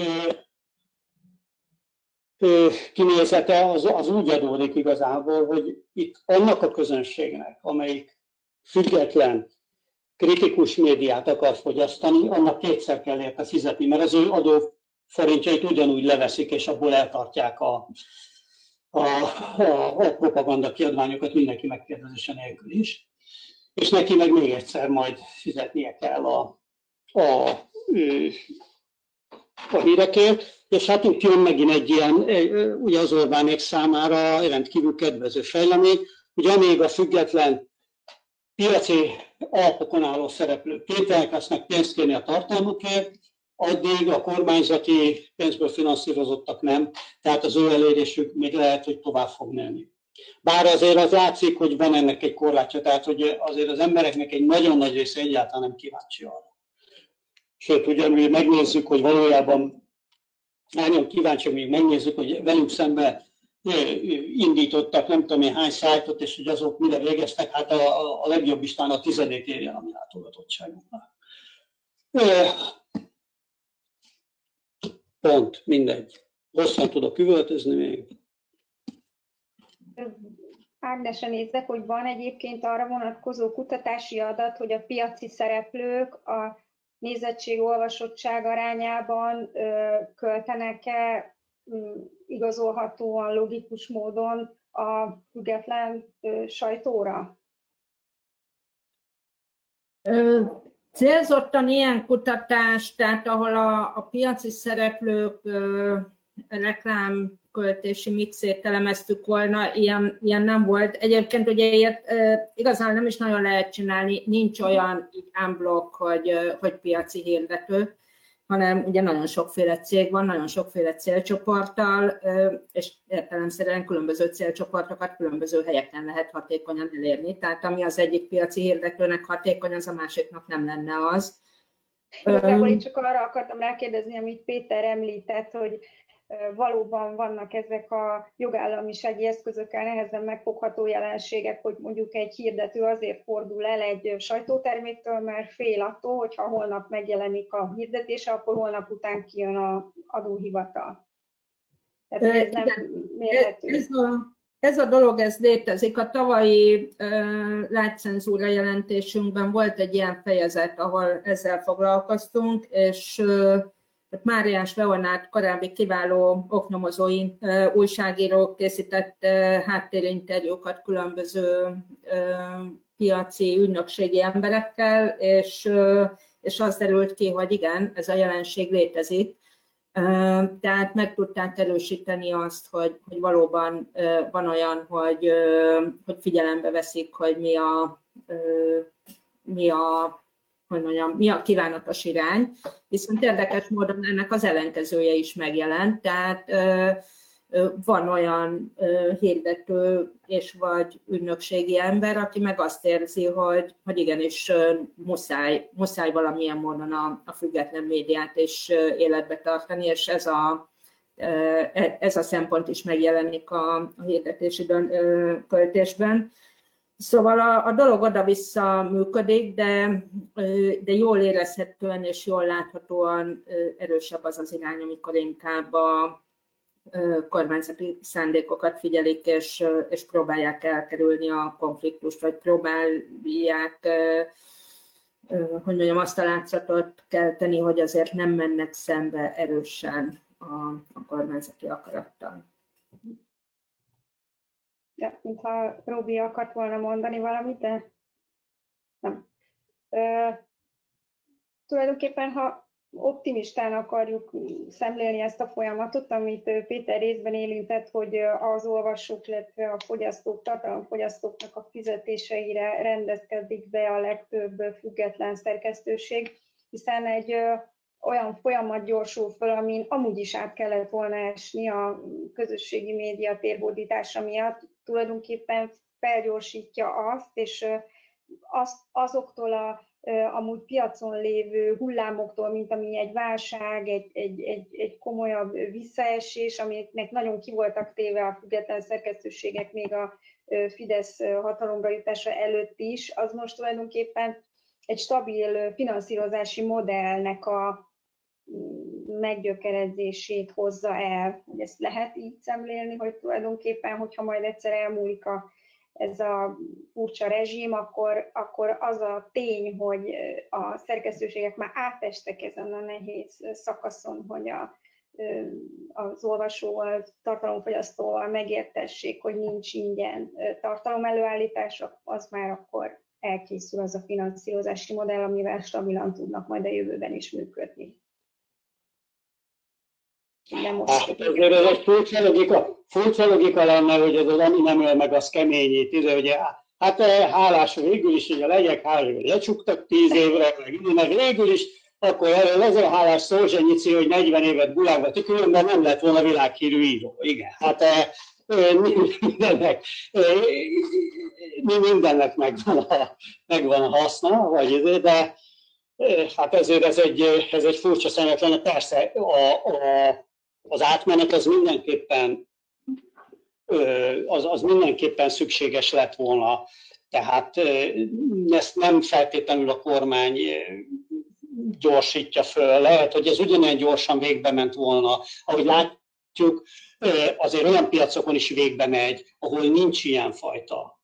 Speaker 4: kinézete az úgy adódik igazából, hogy itt annak a közönségnek, amelyik független, kritikus médiát akar fogyasztani, annak kétszer kell érte fizetni, mert az ő adóforintjait ugyanúgy leveszik, és abból eltartják a propaganda kiadványokat mindenki megkérdezése nélkül is. És neki meg még egyszer majd fizetnie kell a hírekért. És hát itt jön megint egy ilyen, ugye az Orbánék számára rendkívül kedvező fejlemény, hogy amíg a független piaci alapokon álló szereplők képtelenek pénzt kérni a tartalmukért, addig a kormányzati pénzből finanszírozottak nem, tehát az ő elérésük még lehet, hogy tovább fog nőni. Bár azért az látszik, hogy van ennek egy korlátja, tehát hogy azért az embereknek egy nagyon nagy része egyáltalán nem kíváncsi arra. Sőt, ugyanúgy megnézzük, hogy valójában nagyon kíváncsiak, még megnézzük, hogy velünk szemben indítottak nem tudom én hány szájtot, és hogy azok mire végeztek, hát a legjobb istán a 10 érjen a mi látogatottságunknak. Pont, mindegy. Hosszan tudok üvöltözni még.
Speaker 1: Ágnesen nézzek, hogy van egyébként arra vonatkozó kutatási adat, hogy a piaci szereplők a nézettség, olvasottság arányában költenek-e igazolhatóan, logikus módon a független sajtóra?
Speaker 3: Célzottan ilyen kutatás, tehát ahol a piaci szereplők reklámköltési mixét elemeztük volna, ilyen nem volt. Egyébként ugye ilyet igazán nem is nagyon lehet csinálni, nincs olyan unblock, hogy piaci hirdető, hanem ugye nagyon sokféle cég van, nagyon sokféle célcsoporttal, és értelemszerűen különböző célcsoportokat különböző helyeken lehet hatékonyan elérni. Tehát ami az egyik piaci hirdetőnek hatékony, az a másiknak nem lenne az.
Speaker 1: Igazából én csak arra akartam rákérdezni, amit Péter említett, hogy valóban vannak ezek a jogállamisági eszközökkel nehezen megfogható jelenségek, hogy mondjuk egy hirdető azért fordul el egy sajtóterméktől, mert fél attól, hogyha holnap megjelenik a hirdetése, akkor holnap után kijön az adóhivatal. Tehát ez nem mérhető.
Speaker 3: Ez a dolog, ez létezik. A tavalyi látcenzúra jelentésünkben volt egy ilyen fejezet, ahol ezzel foglalkoztunk, és Máriás Leonárd korábbi kiváló oknyomozó újságíró készített háttérinterjúkat különböző piaci ügynökségi emberekkel, és az derült ki, hogy igen, ez a jelenség létezik. Tehát meg tudták erősíteni azt, hogy valóban van olyan, hogy figyelembe veszik, hogy mi a kívánatos irány, viszont érdekes módon ennek az ellenkezője is megjelent, tehát van olyan hirdető és vagy ügynökségi ember, aki meg azt érzi, hogy igenis muszáj valamilyen módon a független médiát is életbe tartani, és ez ez a szempont is megjelenik a hirdetési költésben. Szóval a dolog oda-vissza működik, de jól érezhetően és jól láthatóan erősebb az az irány, amikor inkább a kormányzati szándékokat figyelik, és próbálják elkerülni a konfliktust, vagy próbálják, hogy mondjam, azt a látszatot kelteni, hogy azért nem mennek szembe erősen a kormányzati akarattal.
Speaker 1: Ja, mintha Robi akart volna mondani valamit, de nem. Tulajdonképpen, ha optimistán akarjuk szemlélni ezt a folyamatot, amit Péter részben érintett, hogy az olvasók, illetve a fogyasztók, tartalomfogyasztóknak a fizetéseire rendezkedik be a legtöbb független szerkesztőség, hiszen egy olyan folyamat gyorsul föl, amin amúgy is át kellett volna esni a közösségi média térhódítása miatt, tulajdonképpen felgyorsítja azt, és azoktól amúgy piacon lévő hullámoktól, mint ami egy válság, egy komolyabb visszaesés, amiknek nagyon ki voltak téve a független szerkesztőségek még a Fidesz hatalomra jutása előtt is, az most tulajdonképpen egy stabil finanszírozási modellnek a meggyökerezését hozza el. Hogy ezt lehet így szemlélni, hogy tulajdonképpen, hogyha majd egyszer elmúlik ez a furcsa rezsim, akkor az a tény, hogy a szerkesztőségek már átestek ezen a nehéz szakaszon, hogy az olvasóval, tartalomfogyasztóval megértessék, hogy nincs ingyen tartalom előállítás, az már akkor elkészül az a finanszírozási modell, amivel stabilan tudnak majd a jövőben is működni.
Speaker 4: Ezért ez egy furcsa logika lenne, hogy ez az ami nem öl meg, az keményít. Ugye, hát hálás végül is, ugye legyek hálás, hogy lecsuktak 10 évre, meg végül is, akkor ezért hálás Szolzsenyici, hogy 40 évet gulágba különben nem lett volna világhírű író. Igen, hát mindennek megvan a haszna, de hát ezért ez egy furcsa szemlet lenne. Persze az átmenet az mindenképpen szükséges lett volna. Tehát ezt nem feltétlenül a kormány gyorsítja föl. Lehet, hogy ez ugyanilyen gyorsan végbe ment volna. Ahogy látjuk, azért olyan piacokon is végbe megy, ahol nincs ilyenfajta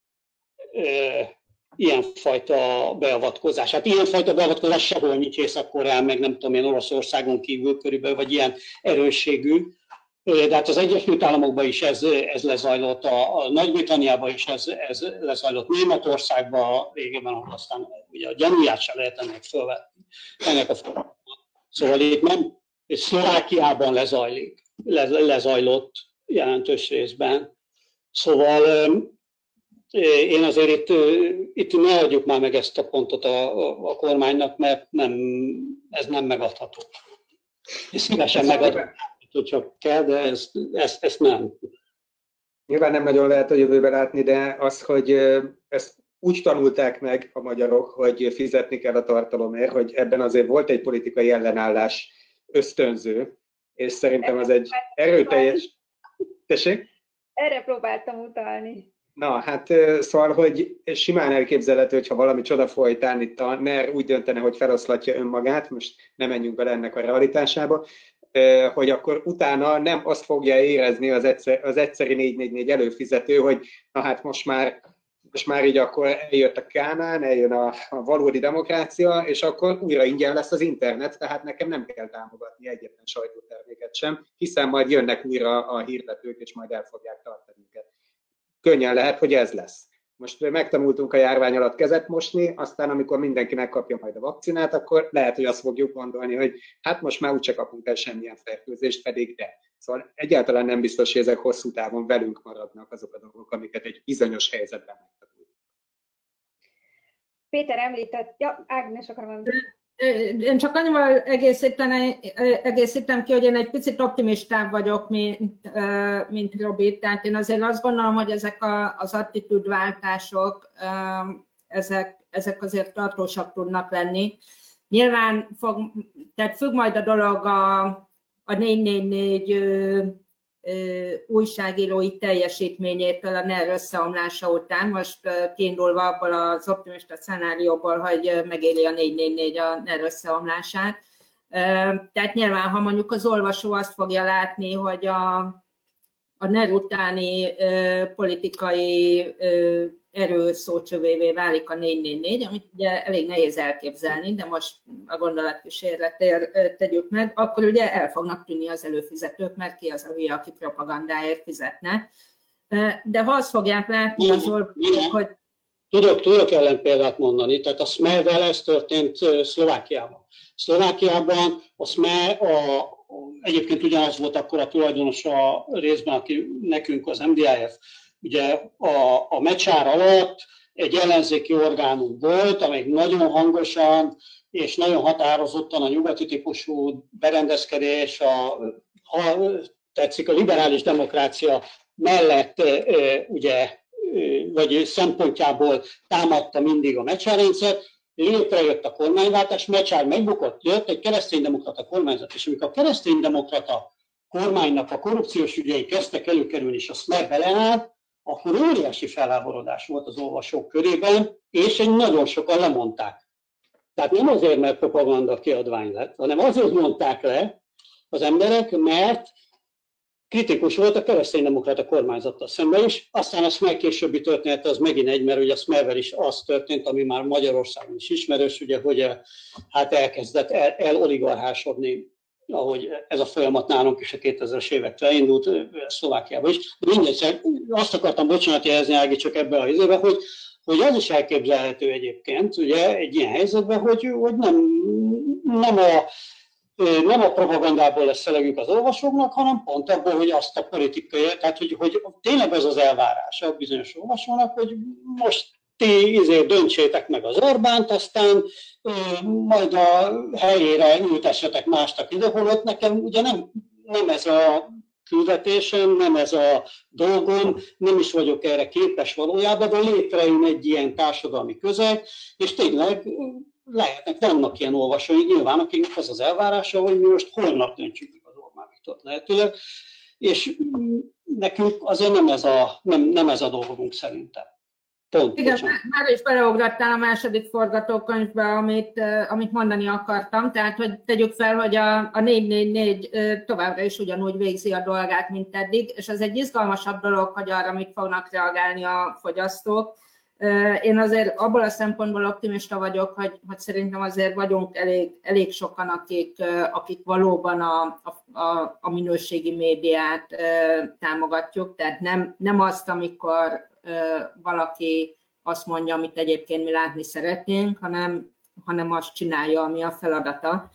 Speaker 4: beavatkozás. Hát ilyenfajta beavatkozás sehol nincs Észak-Koreán, meg nem tudom én, Oroszországon kívül körülbelül, vagy ilyen erősségű. De hát az Egyesült Államokban is ez lezajlott, a Nagy-Britanniában is ez lezajlott, Németországban régebben, ahol aztán ugye a gyanúját sem lehet ennek fölvetni. Szóval itt nem, Szlovákiában lezajlott jelentős részben. Szóval én azért itt ne adjuk már meg ezt a pontot a kormánynak, mert ez nem megadható. És szívesen megadható, csak kell, de ezt nem.
Speaker 5: Nyilván nem nagyon lehet a jövőbe látni, de az, hogy ezt úgy tanulták meg a magyarok, hogy fizetni kell a tartalomért, hogy ebben azért volt egy politikai ellenállás ösztönző, és szerintem az egy erőteljes... Tessék?
Speaker 1: Erre próbáltam utalni.
Speaker 5: Na, hát szóval, hogy simán elképzelhető, hogyha valami csoda folytán itt a NER úgy döntene, hogy feloszlatja önmagát, most nem menjünk bele ennek a realitásába, hogy akkor utána nem azt fogja érezni az egyszeri 444 előfizető, hogy na hát most már így akkor eljött a Kánán, eljön a valódi demokrácia, és akkor újra ingyen lesz az internet, tehát nekem nem kell támogatni egyetlen sajtóterméket sem, hiszen majd jönnek újra a hirdetők, és majd el fogják tartani őket. Könnyen lehet, hogy ez lesz. Most megtanultunk a járvány alatt kezet mosni, aztán amikor mindenki megkapja majd a vakcinát, akkor lehet, hogy azt fogjuk gondolni, hogy hát most már úgyse kapunk el semmilyen fertőzést, pedig de. Szóval egyáltalán nem biztos, hogy ezek hosszú távon velünk maradnak azok a dolgok, amiket egy bizonyos helyzetben megtanulunk.
Speaker 1: Péter említett, Ágnes akarom mondani.
Speaker 3: Én csak annyival egészítem ki, hogy én egy picit optimistább vagyok, mint Robi. Tehát én azért azt gondolom, hogy ezek az attitűdváltások, ezek azért tartósak tudnak lenni. Nyilván tehát függ majd a dolog a 444 újságírói teljesítményétől a NER összeomlása után, most kiindulva abból az optimista szenárióból, hogy megéli a 444 a NER összeomlását. Tehát nyilván, ha mondjuk az olvasó azt fogja látni, hogy a NER utáni politikai erő szócsövévé válik a 444, amit ugye elég nehéz elképzelni, de most a gondolatkísérletért tegyük meg, akkor ugye el fognak tűnni az előfizetők, mert ki az a hülye, aki propagandáért fizetne. De ha azt fogják látni az olvasók, hogy...
Speaker 4: Tudok ellenpéldát mondani, tehát a SME-vel ez történt Szlovákiában. Szlovákiában a SME egyébként ugyanaz volt akkor a tulajdonosa részben, aki nekünk az MDIF. Ugye a Mecsár alatt egy ellenzéki orgánum volt, amely nagyon hangosan és nagyon határozottan a nyugati típusú berendezkedés, tetszik a liberális demokrácia mellett ugye, vagy szempontjából támadta mindig a Mecsár rendszert. Létrejött a kormányváltás, Mecsár megbukott, jött egy kereszténydemokrata kormányzat, és amikor a kereszténydemokrata kormánynak a korrupciós ügyei kezdtek előkerülni, és a SME beleállt, akkor óriási felháborodás volt az olvasók körében, és nagyon sokan lemondták. Tehát nem azért, mert propaganda kiadvány lett, hanem azért mondták le az emberek, mert kritikus volt a kereszténydemokrata kormányzattal szemben is. Aztán a SME későbbi története az megint egy, mert ugye a SME-vel is az történt, ami már Magyarországon is ismerős, ugye, hogy hát elkezdett eloligarchásodni, ahogy ez a folyamat nálunk is a 2000-es évektől indult, Szlovákiában is. Mindegy, azt akartam bocsánat jelezni, Ági, csak ebben a helyzetbe, hogy az is elképzelhető egyébként, ugye, egy ilyen helyzetben, hogy nem a propagandából lesz szelegük az olvasóknak, hanem pont abból, hogy azt a politikai, tehát hogy tényleg ez az elvárás a bizonyos olvasónak, hogy most ti döntsétek meg az Orbánt, aztán majd a helyére ültessetek mástak ide, holott nekem ugye nem ez a küldetésem, nem ez a dolgom, nem is vagyok erre képes valójában, de létrejön egy ilyen társadalmi közeg, és tényleg vannak ilyen olvasói, nyilván akiknek az az elvárása, hogy mi most holnap döntsük meg az Orbán Viktort lehetőleg, és nekünk azért nem ez a dolgunk szerintem.
Speaker 3: Igen, már is beleugrattál a második forgatókönyvbe, amit mondani akartam, tehát hogy tegyük fel, hogy a 444 továbbra is ugyanúgy végzi a dolgát, mint eddig, és ez egy izgalmasabb dolog, hogy arra mit fognak reagálni a fogyasztók. Én azért abból a szempontból optimista vagyok, hogy szerintem azért vagyunk elég sokan, akik valóban a minőségi médiát támogatjuk, tehát nem azt, amikor valaki azt mondja, amit egyébként mi látni szeretnénk, hanem azt csinálja, ami a feladata.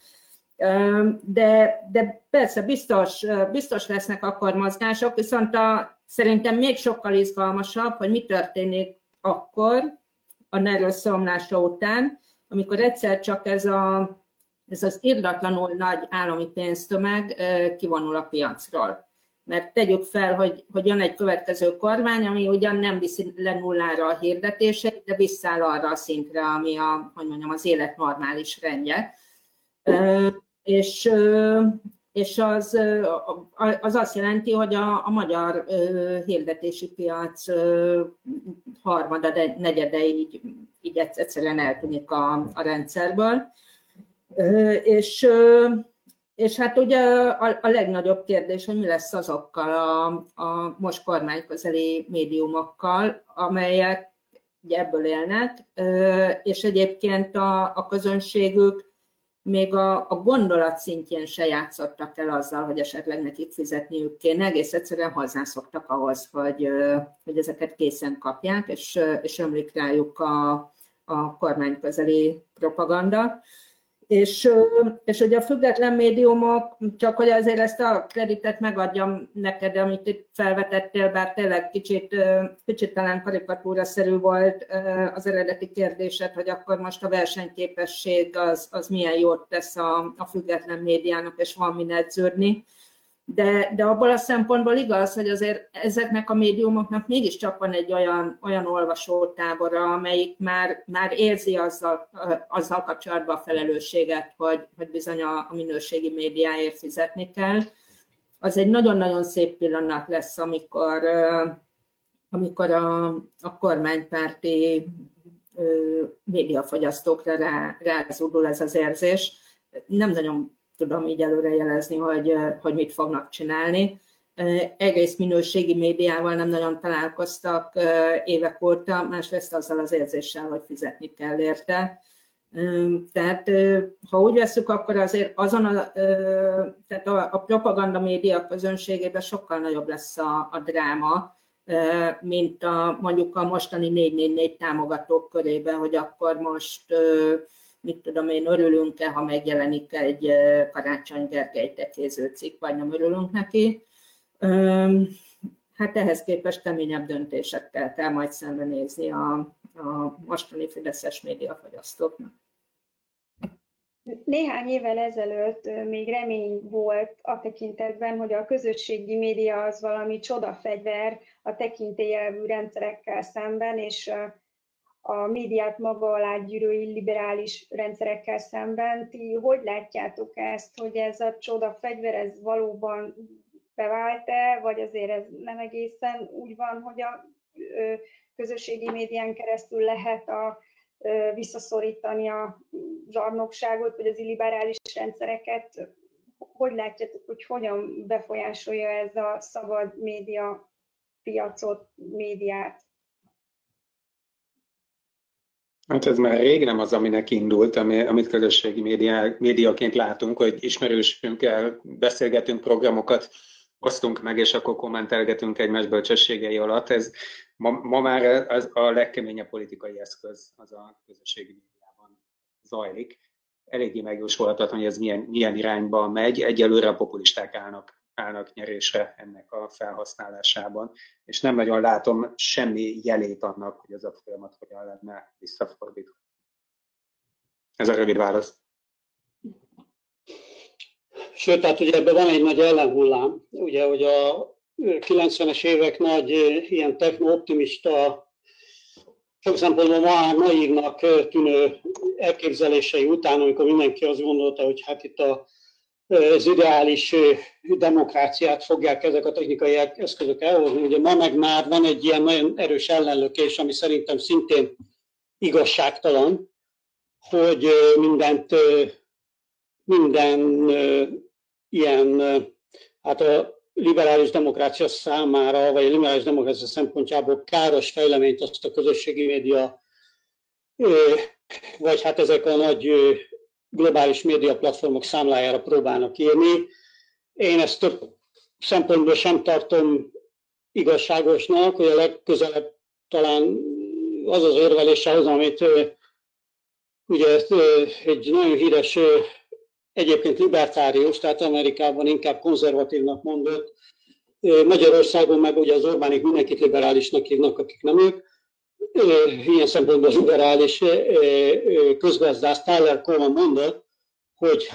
Speaker 3: De persze biztos lesznek akkor mozgások, viszont szerintem még sokkal izgalmasabb, hogy mi történik akkor a NER összeomlása után, amikor egyszer csak ez az irdatlanul nagy állami pénztömeg kivonul a piacról. Mert tegyük fel, hogy jön egy következő kormány, ami ugyan nem viszi le nullára a hirdetéseit, de visszáll arra a szintre, ami az élet normális rendje. És az azt jelenti, hogy a magyar hirdetési piac harmada, negyede így egyszerűen eltűnik a rendszerből. És hát ugye a legnagyobb kérdés, hogy mi lesz azokkal a most kormányközeli médiumokkal, amelyek ugye ebből élnek, és egyébként a közönségük még a gondolat szintjén se játszottak el azzal, hogy esetleg nekik fizetniük kéne, egész egyszerűen hozzászoktak ahhoz, hogy ezeket készen kapják, és ömlik rájuk a kormányközeli propaganda. És ugye a független médiumok, csak hogy azért ezt a kreditet megadjam neked, amit itt felvetettél, bár tényleg kicsit talán karikatúraszerű volt az eredeti kérdésed, hogy akkor most a versenyképesség az milyen jót tesz a független médiának, és van min edződni. De abból a szempontból igaz, hogy azért ezeknek a médiumoknak mégiscsak van egy olyan olvasótábora, amelyik már érzi azzal kapcsolatban a felelősséget, hogy bizony a minőségi médiáért fizetni kell. Az egy nagyon-nagyon szép pillanat lesz, amikor a kormánypárti médiafogyasztókra rázódul ez az érzés. Nem nagyon tudom így előrejelezni, hogy mit fognak csinálni. Egész minőségi médiával nem nagyon találkoztak évek óta, másrészt azzal az érzéssel, hogy fizetni kell érte. Tehát ha úgy veszük, akkor azért tehát a propaganda média közönségében sokkal nagyobb lesz a dráma, mint mondjuk a mostani 444 támogatók körében, hogy akkor most mit tudom én, örülünk-e, ha megjelenik egy Karácsony Gergely tekéző cikk, vagy nem örülünk neki. Hát ehhez képest keményebb döntésekkel kell majd szembenézni a mostani fideszes médiafogyasztóknak.
Speaker 1: Néhány évvel ezelőtt még remény volt a tekintetben, hogy a közösségi média az valami csodafegyver a tekintélyelvű rendszerekkel szemben, és a médiát maga alá gyűrő liberális rendszerekkel szemben. Ti hogy látjátok ezt, hogy ez a csodafegyver, ez valóban bevált-e, vagy azért ez nem egészen úgy van, hogy a közösségi médián keresztül lehet visszaszorítani a zsarnokságot, vagy az illiberális rendszereket? Hogy látjátok, hogy hogyan befolyásolja ez a szabad média piacot, médiát?
Speaker 5: Hát ez már rég nem az, aminek indult, amit közösségi médiaként látunk, hogy ismerősünkkel beszélgetünk, programokat osztunk meg, és akkor kommentelgetünk egymás bölcsességei alatt. Ez ma már a legkeményebb politikai eszköz az a közösségi médiában zajlik. Eléggé megjósolhatatlan, hogy ez milyen irányba megy. Egyelőre a populisták állnak nyerésre ennek a felhasználásában, és nem nagyon látom semmi jelét annak, hogy ez a folyamat hogyan lenne visszafordítva. Ez a rövid válasz.
Speaker 4: Sőt, tehát ugye ebben van egy nagy ellenhullám, ugye, hogy a 90-es évek nagy ilyen techno-optimista, sok szempontból már naívnak tűnő elképzelései után, amikor mindenki azt gondolta, hogy hát itt az ideális demokráciát fogják ezek a technikai eszközök elhozni. Ugye ma meg már van egy ilyen nagyon erős ellenlökés, ami szerintem szintén igazságtalan, hogy minden ilyen, hát a liberális demokrácia számára, vagy a liberális demokrácia szempontjából káros fejleményt azt a közösségi média, vagy hát ezek a nagy globális média platformok számlájára próbálnak írni. Én ezt több szempontból sem tartom igazságosnak, hogy a legközelebb talán az az érvelése az, amit ugye egy nagyon híres, egyébként libertárius, tehát Amerikában inkább konzervatívnak mondott, Magyarországon meg ugye az Orbánik mindenkit liberálisnak hívnak, akik nem ők. Ilyen szempontból liberális közgazdász Tyler Cowen mondott, hogy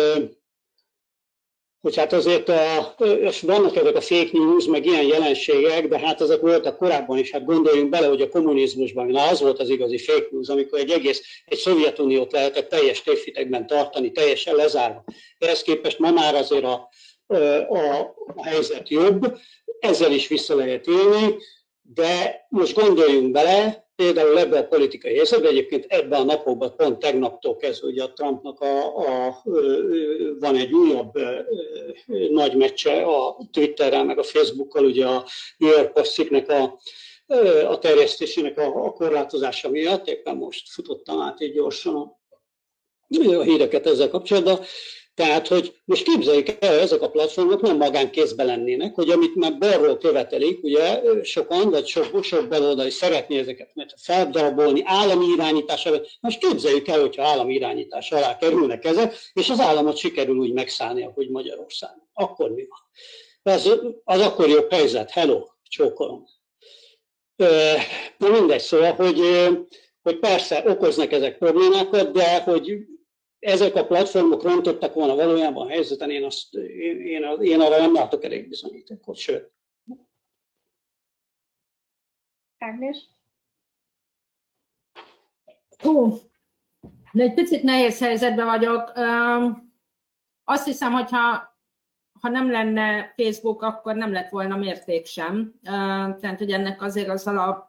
Speaker 4: hát azért vannak ezek a fake news, meg ilyen jelenségek, de hát ezek voltak korábban is. Hát gondoljunk bele, hogy a kommunizmusban az volt az igazi fake news, amikor egy Szovjetuniót lehetett teljes tévhitekben tartani, teljesen lezárva. Ehhez képest ma már azért a helyzet jobb, ezzel is vissza lehet élni, de most gondoljunk bele, például ebbe a politikai helyzetbe, egyébként ebben a napokban, pont tegnaptól kezdve, ugye a Trumpnak van egy újabb nagy meccse a Twitterrel, meg a Facebookkal, ugye a New York Post cikknek a terjesztésének a korlátozása miatt, éppen most futottam át így gyorsan a híreket ezzel kapcsolatban. Tehát, hogy most képzeljük el, ezek a platformok nem magánkézben lennének, hogy amit már balról követelik, ugye sokan, vagy sok baloldali szeretné ezeket feldarabolni, állami irányítás alatt. Most képzeljük el, hogyha állami irányítás alá kerülnek ezek, és az államot sikerül úgy megszállni, ahogy Magyarországon. Akkor mi van? Az akkor jobb helyzet. Hello, csókolom. Na mindegy, szóval, hogy persze okoznak ezek problémákat, de hogy ezek a platformok rontottak volna valójában a helyzeten, én arra nem látok elég bizonyítékot, sőt.
Speaker 1: Ágnes?
Speaker 3: De egy picit nehéz helyzetben vagyok. Azt hiszem, hogyha nem lenne Facebook, akkor nem lett volna mérték sem. Tehát, hogy ennek azért az alap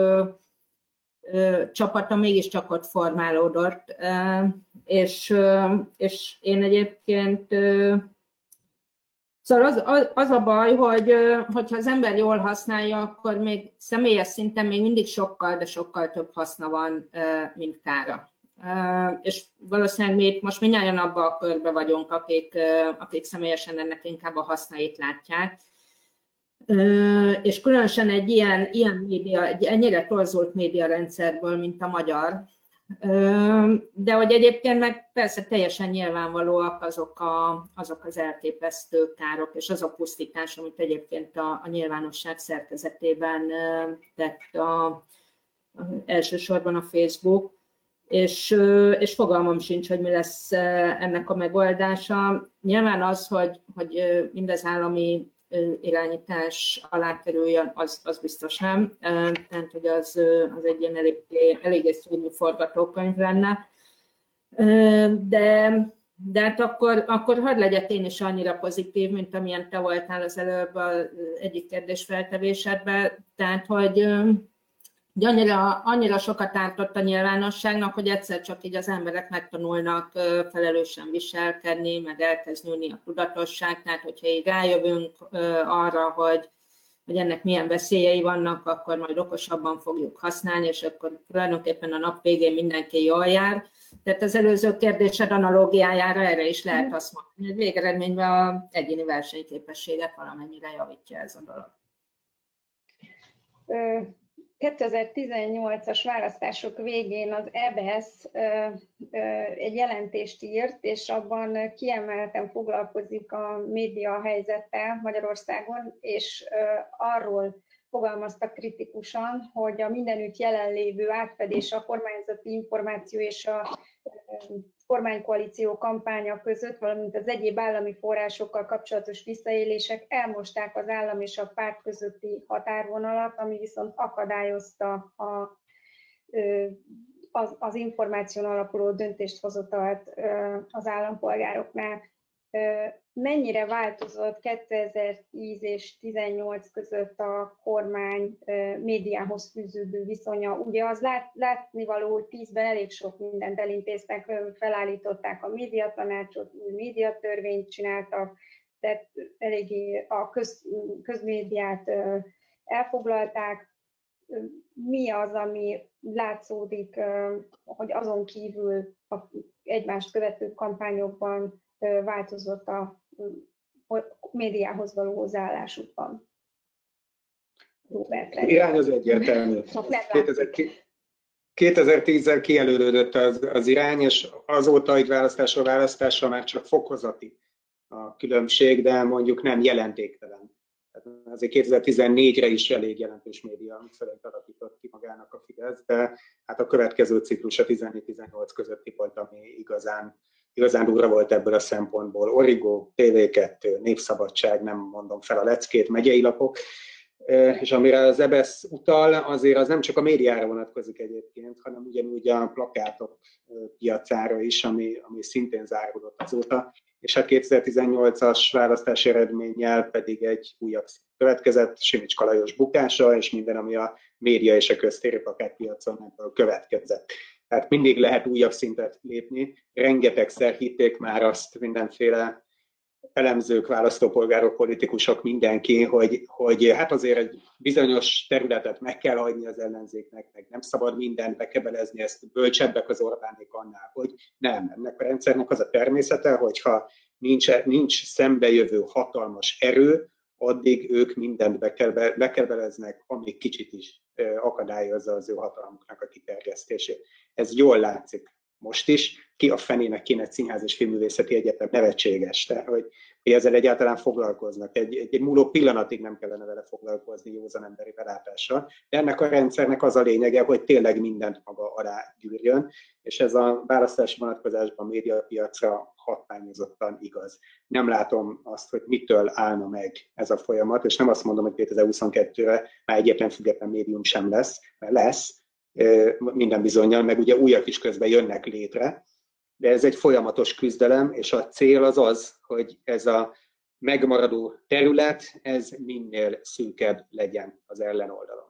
Speaker 3: csapata mégiscsak ott formálódott. És én egyébként... Szóval az a baj, hogyha az ember jól használja, akkor még személyes szinten még mindig sokkal, de sokkal több haszna van, mint kára. És valószínűleg mi most mindjárt abban a körben vagyunk, akik személyesen ennek inkább a hasznait látják. És különösen egy ilyen média, egy ennyire torzult médiarendszerből, mint a magyar. De hogy egyébként meg persze teljesen nyilvánvalóak azok az elképesztő károk, és az a pusztítás, amit egyébként a nyilvánosság szerkezetében tett elsősorban a Facebook, és fogalmam sincs, hogy mi lesz ennek a megoldása. Nyilván az, hogy mindez állami irányítás alá kerüljön, az biztos nem. Tehát, hogy az egy ilyen eléggé szörnyű forgatókönyv lenne. De hát akkor hadd legyek én is annyira pozitív, mint amilyen te voltál az előbb az egyik kérdés feltevésedben. Tehát, hogy annyira sokat ártott a nyilvánosságnak, hogy egyszer csak így az emberek megtanulnak felelősen viselkedni, meg elkezd nőni a tudatosság. Tehát, hogyha így rájövünk arra, hogy ennek milyen veszélyei vannak, akkor majd okosabban fogjuk használni, és akkor tulajdonképpen a nap végén mindenki jól jár. Tehát az előző kérdésed analógiájára erre is lehet azt mondani, hogy végeredményben az egyéni versenyképességet valamennyire javítja ez a dolog.
Speaker 1: 2018-as választások végén az EBS egy jelentést írt, és abban kiemelten foglalkozik a média helyzettel Magyarországon, és arról fogalmaztak kritikusan, hogy a mindenütt jelenlévő átfedés a kormányzati információ és a kormánykoalíció kampánya között, valamint az egyéb állami forrásokkal kapcsolatos visszaélések elmosták az állam és a párt közötti határvonalat, ami viszont akadályozta az információn alapuló döntéshozatalt az állampolgároknál. Mennyire változott 2010 és 2018 között a kormány médiához fűződő viszonya? Ugye az látnivaló, hogy 10-ben elég sok mindent elintéztek, felállították a médiatanácsot, új médiatörvényt csináltak, tehát eléggé a közmédiát elfoglalták. Mi az, ami látszódik, hogy azon kívül a egymást követő kampányokban változott a médiához való hozzáállásukban?
Speaker 5: Irány az egyértelmű. 2010-zel kijelölődött az irány, és azóta egy választásra már csak fokozati a különbség, de mondjuk nem jelentéktelen. Azért 2014-re is elég jelentős média szerint alakított ki magának a Fidesz, de hát a következő ciklus a 14-18 közötti volt, ami igazán durva volt ebből a szempontból. Origo, TV2, Népszabadság, nem mondom fel a leckét, megyei lapok, és amire az EBESZ utal, azért az nem csak a médiára vonatkozik egyébként, hanem ugyanúgy a plakátok piacára is, ami szintén záródott azóta, és hát 2018-as választási eredménnyel pedig egy újabb következett, Simicska Lajos bukása, és minden, ami a média és a köztéri plakátpiacon ebből következett. Tehát mindig lehet újabb szintet lépni. Rengetegszer hitték már azt mindenféle elemzők, választópolgárok, politikusok, mindenki, hogy hát azért egy bizonyos területet meg kell hagyni az ellenzéknek, meg nem szabad mindent bekebelezni, ezt bölcsebbek az Orbánék annál, hogy nem. Ennek a rendszernek az a természete, hogyha nincs szembejövő hatalmas erő, addig ők mindent bekebeleznek, amíg kicsit is akadályozza az ő hatalmuknak a kiterjesztését. Ez jól látszik most is, ki a fenének kéne egy színház és filmművészeti egyetem, nevetséges, tehát, hogy ezzel egyáltalán foglalkoznak. Egy múló pillanatig nem kellene vele foglalkozni józan emberi belátással, de ennek a rendszernek az a lényege, hogy tényleg mindent maga alá gyűrjön, és ez a választási vonatkozásban médiapiacra hatványozottan igaz. Nem látom azt, hogy mitől állna meg ez a folyamat, és nem azt mondom, hogy 2022-re már egyetlen független médium sem lesz, mert lesz, minden bizonnyal, meg ugye újak is közben jönnek létre, de ez egy folyamatos küzdelem, és a cél az az, hogy ez a megmaradó terület, ez minél szűkebb legyen az ellenoldalon.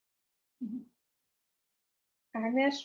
Speaker 1: Ágnes?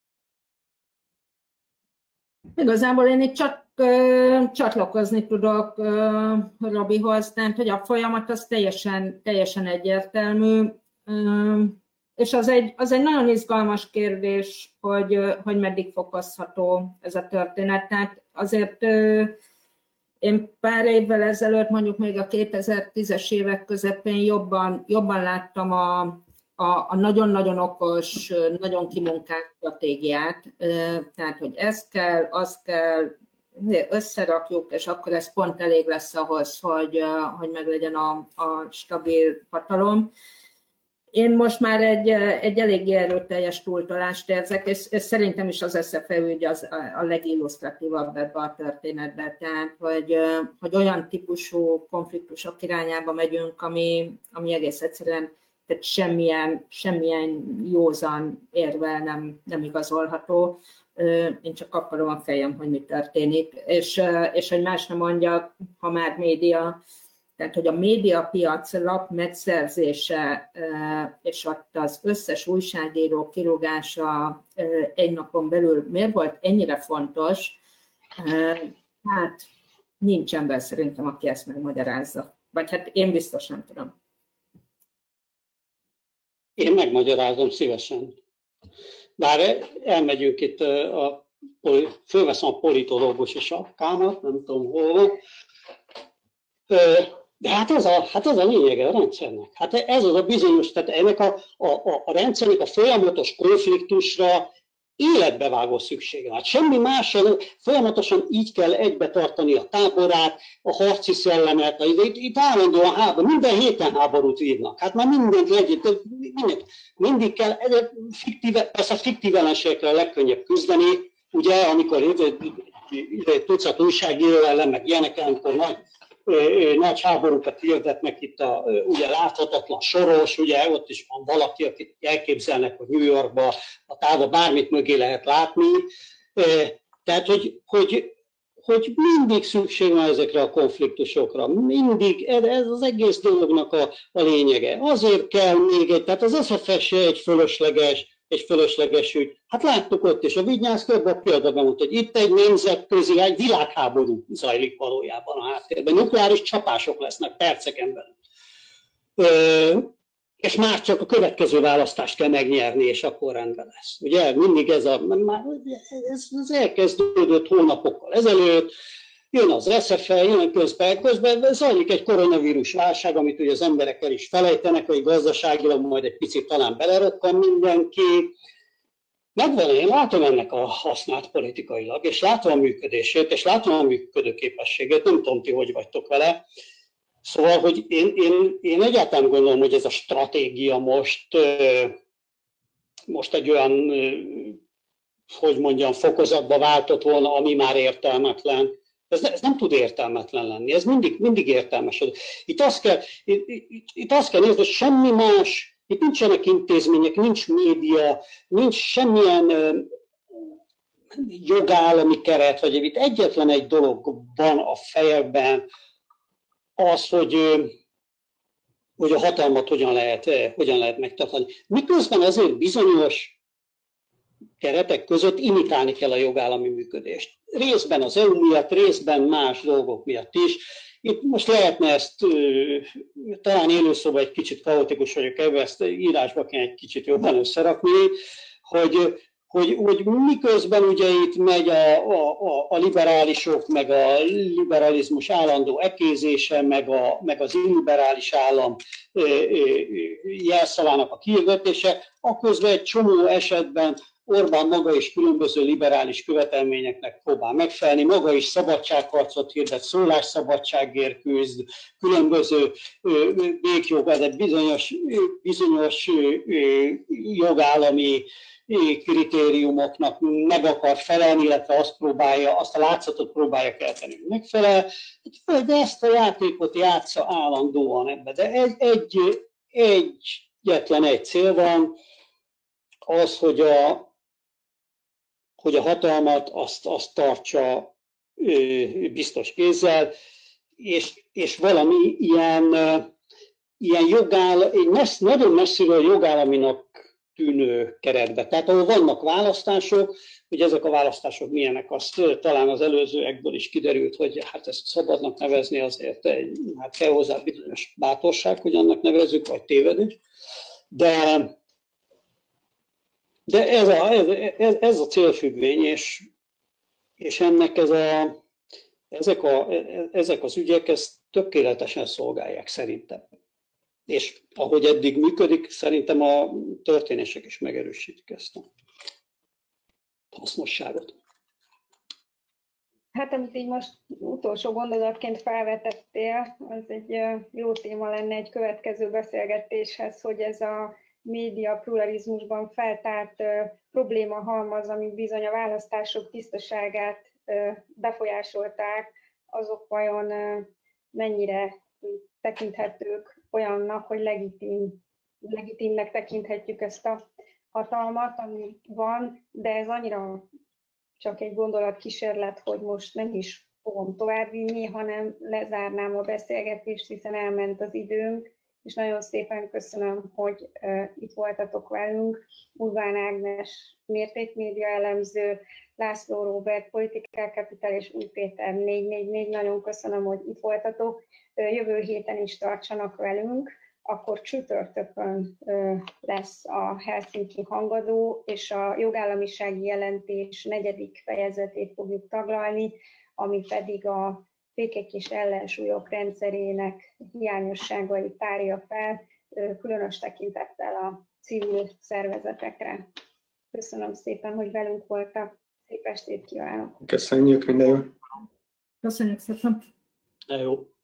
Speaker 3: Igazából én itt csak csatlakozni tudok Robihoz, tehát hogy a folyamat az teljesen egyértelmű, és az egy nagyon izgalmas kérdés, hogy meddig fokozható ez a történet. Tehát azért én pár évvel ezelőtt, mondjuk még a 2010-es évek közepén jobban láttam a nagyon-nagyon okos, nagyon kimunkált stratégiát, tehát hogy ez kell, az kell, összerakjuk, és akkor ez pont elég lesz ahhoz, hogy meglegyen a stabil hatalom. Én most már egy eléggé erőteljes túltolást érzek, és szerintem is az SZFE ügy a legillusztratívabb ebbe a történetbe. Tehát, hogy olyan típusú konfliktusok irányába megyünk, ami egész egyszerűen tehát semmilyen józan érvel nem igazolható. Én csak akarom a fejem, hogy mi történik. És hogy más nem mondjak, ha már média, tehát, hogy a médiapiac lap megszerzése és ott az összes újságíró kirúgása egy napon belül miért volt ennyire fontos, hát nincs ember szerintem, aki ezt megmagyarázza. Vagy hát én biztos nem tudom.
Speaker 4: Én megmagyarázom szívesen. Bár elmegyünk itt, fölveszem a politológusi sapkámat, nem tudom hol. De hát az a lényege a rendszernek. Hát ez az a bizonyos, tehát ennek a rendszernek a folyamatos konfliktusra életbevágó szüksége. Hát semmi mással, folyamatosan így kell egybe tartani a táborát, a harci szellemet, itt állandóan háború, minden héten háborút vívnak. Hát már mindent legyen, mindig kell, persze a fiktív ellenségekre a legkönnyebb küzdeni, ugye, amikor tucat újságíró ellen, meg ilyenek, amikor nagy háborúkat hirdetnek itt ugye láthatatlan Soros, ugye ott is van valaki, akit elképzelnek, hogy New Yorkba a távol bármit mögé lehet látni. Tehát, hogy mindig szükség van ezekre a konfliktusokra, mindig, ez az egész dolognak a lényege. Azért kell még tehát az SZFE se egy fölösleges ügy. Hát láttuk ott is, a Vigyánsz Körben például mondta, hogy itt egy nemzetközi, egy világháború zajlik valójában a háttérben. Nukleáris csapások lesznek perceken belül. És már csak a következő választást kell megnyerni, és akkor rendben lesz. Ugye mindig ez elkezdődött hónapokkal ezelőtt, jön az SZFE, jön közben zajlik egy koronavírus válság, amit ugye az emberek el is felejtenek, hogy gazdaságilag majd egy picit talán belerokkan mindenki. Megvan, én látom ennek a hasznát politikailag, és látom a működését, és látom a működőképességét, nem tudom, ti hogy vagytok vele. Szóval, hogy én egyáltalán gondolom, hogy ez a stratégia most egy olyan, hogy mondjam, fokozatba váltott volna, ami már értelmetlen. Ez nem tud értelmetlen lenni, ez mindig értelmes. Itt azt kell nézni, hogy semmi más, itt nincsenek intézmények, nincs média, nincs semmilyen jogállami keret, vagy itt egyetlen egy dolog van a fejekben, az, hogy a hatalmat hogyan lehet megtartani. Miközben azért bizonyos keretek között imitálni kell a jogállami működést. Részben az EU miatt, részben más dolgok miatt is. Itt most lehetne ezt, talán élőszóban egy kicsit kaotikus vagyok ebben, ezt írásba kell egy kicsit jobban összerakni, hogy miközben ugye itt megy a liberálisok, meg a liberalizmus állandó ekézése, meg az illiberális állam jelszavának a kihirdetése, akközben egy csomó esetben Orbán maga is különböző liberális követelményeknek próbál megfelelni, maga is szabadságharcot hirdet, szólásszabadságért küzd, különböző békjogát, bizonyos jogállami kritériumoknak meg akar felelni, illetve azt a látszatot próbálja kelteni. Megfelel, de ezt a játékot játsza állandóan ebbe. De egyetlen egy cél van, az, hogy a hatalmat azt tartsa biztos kézzel, és valami ilyen nagyon messziről jogállaminak tűnő keretbe. Tehát ahol vannak választások, hogy ezek a választások milyenek, azt talán az előzőekből is kiderült, hogy hát ezt szabadnak nevezni azért, hát kell hozzá bizonyos bátorság, hogy annak nevezzük, vagy tévedés. De ez a célfüggvény, és ennek ezek az ügyek ezt tökéletesen szolgálják szerintem. És ahogy eddig működik, szerintem a történések is megerősítik ezt a hasznosságot.
Speaker 1: Hát, amit így most utolsó gondolatként felvetettél, az egy jó téma lenne egy következő beszélgetéshez, hogy ez a média pluralizmusban feltárt problémahalmaz, amik bizony a választások tisztaságát befolyásolták, azok vajon mennyire tekinthetők olyannak, hogy legitimnek tekinthetjük ezt a hatalmat, ami van, de ez annyira csak egy gondolatkísérlet, hogy most nem is fogom továbbvinni, hanem lezárnám a beszélgetést, hiszen elment az időnk, és nagyon szépen köszönöm, hogy itt voltatok velünk. Urbán Ágnes, mértékmédia elemző, László Róbert, Political Capital és Új Péter 444. Nagyon köszönöm, hogy itt voltatok. Jövő héten is tartsanak velünk, akkor csütörtökön lesz a Helsinki hangadó, és a jogállamisági jelentés 4. fejezetét fogjuk taglalni, ami pedig a fékek és ellensúlyok rendszerének hiányosságait tárja fel, különös tekintettel a civil szervezetekre. Köszönöm szépen, hogy velünk voltak. Szép estét kívánok!
Speaker 5: Köszönjük, minden jó!
Speaker 3: Köszönjük szépen!
Speaker 4: Jó.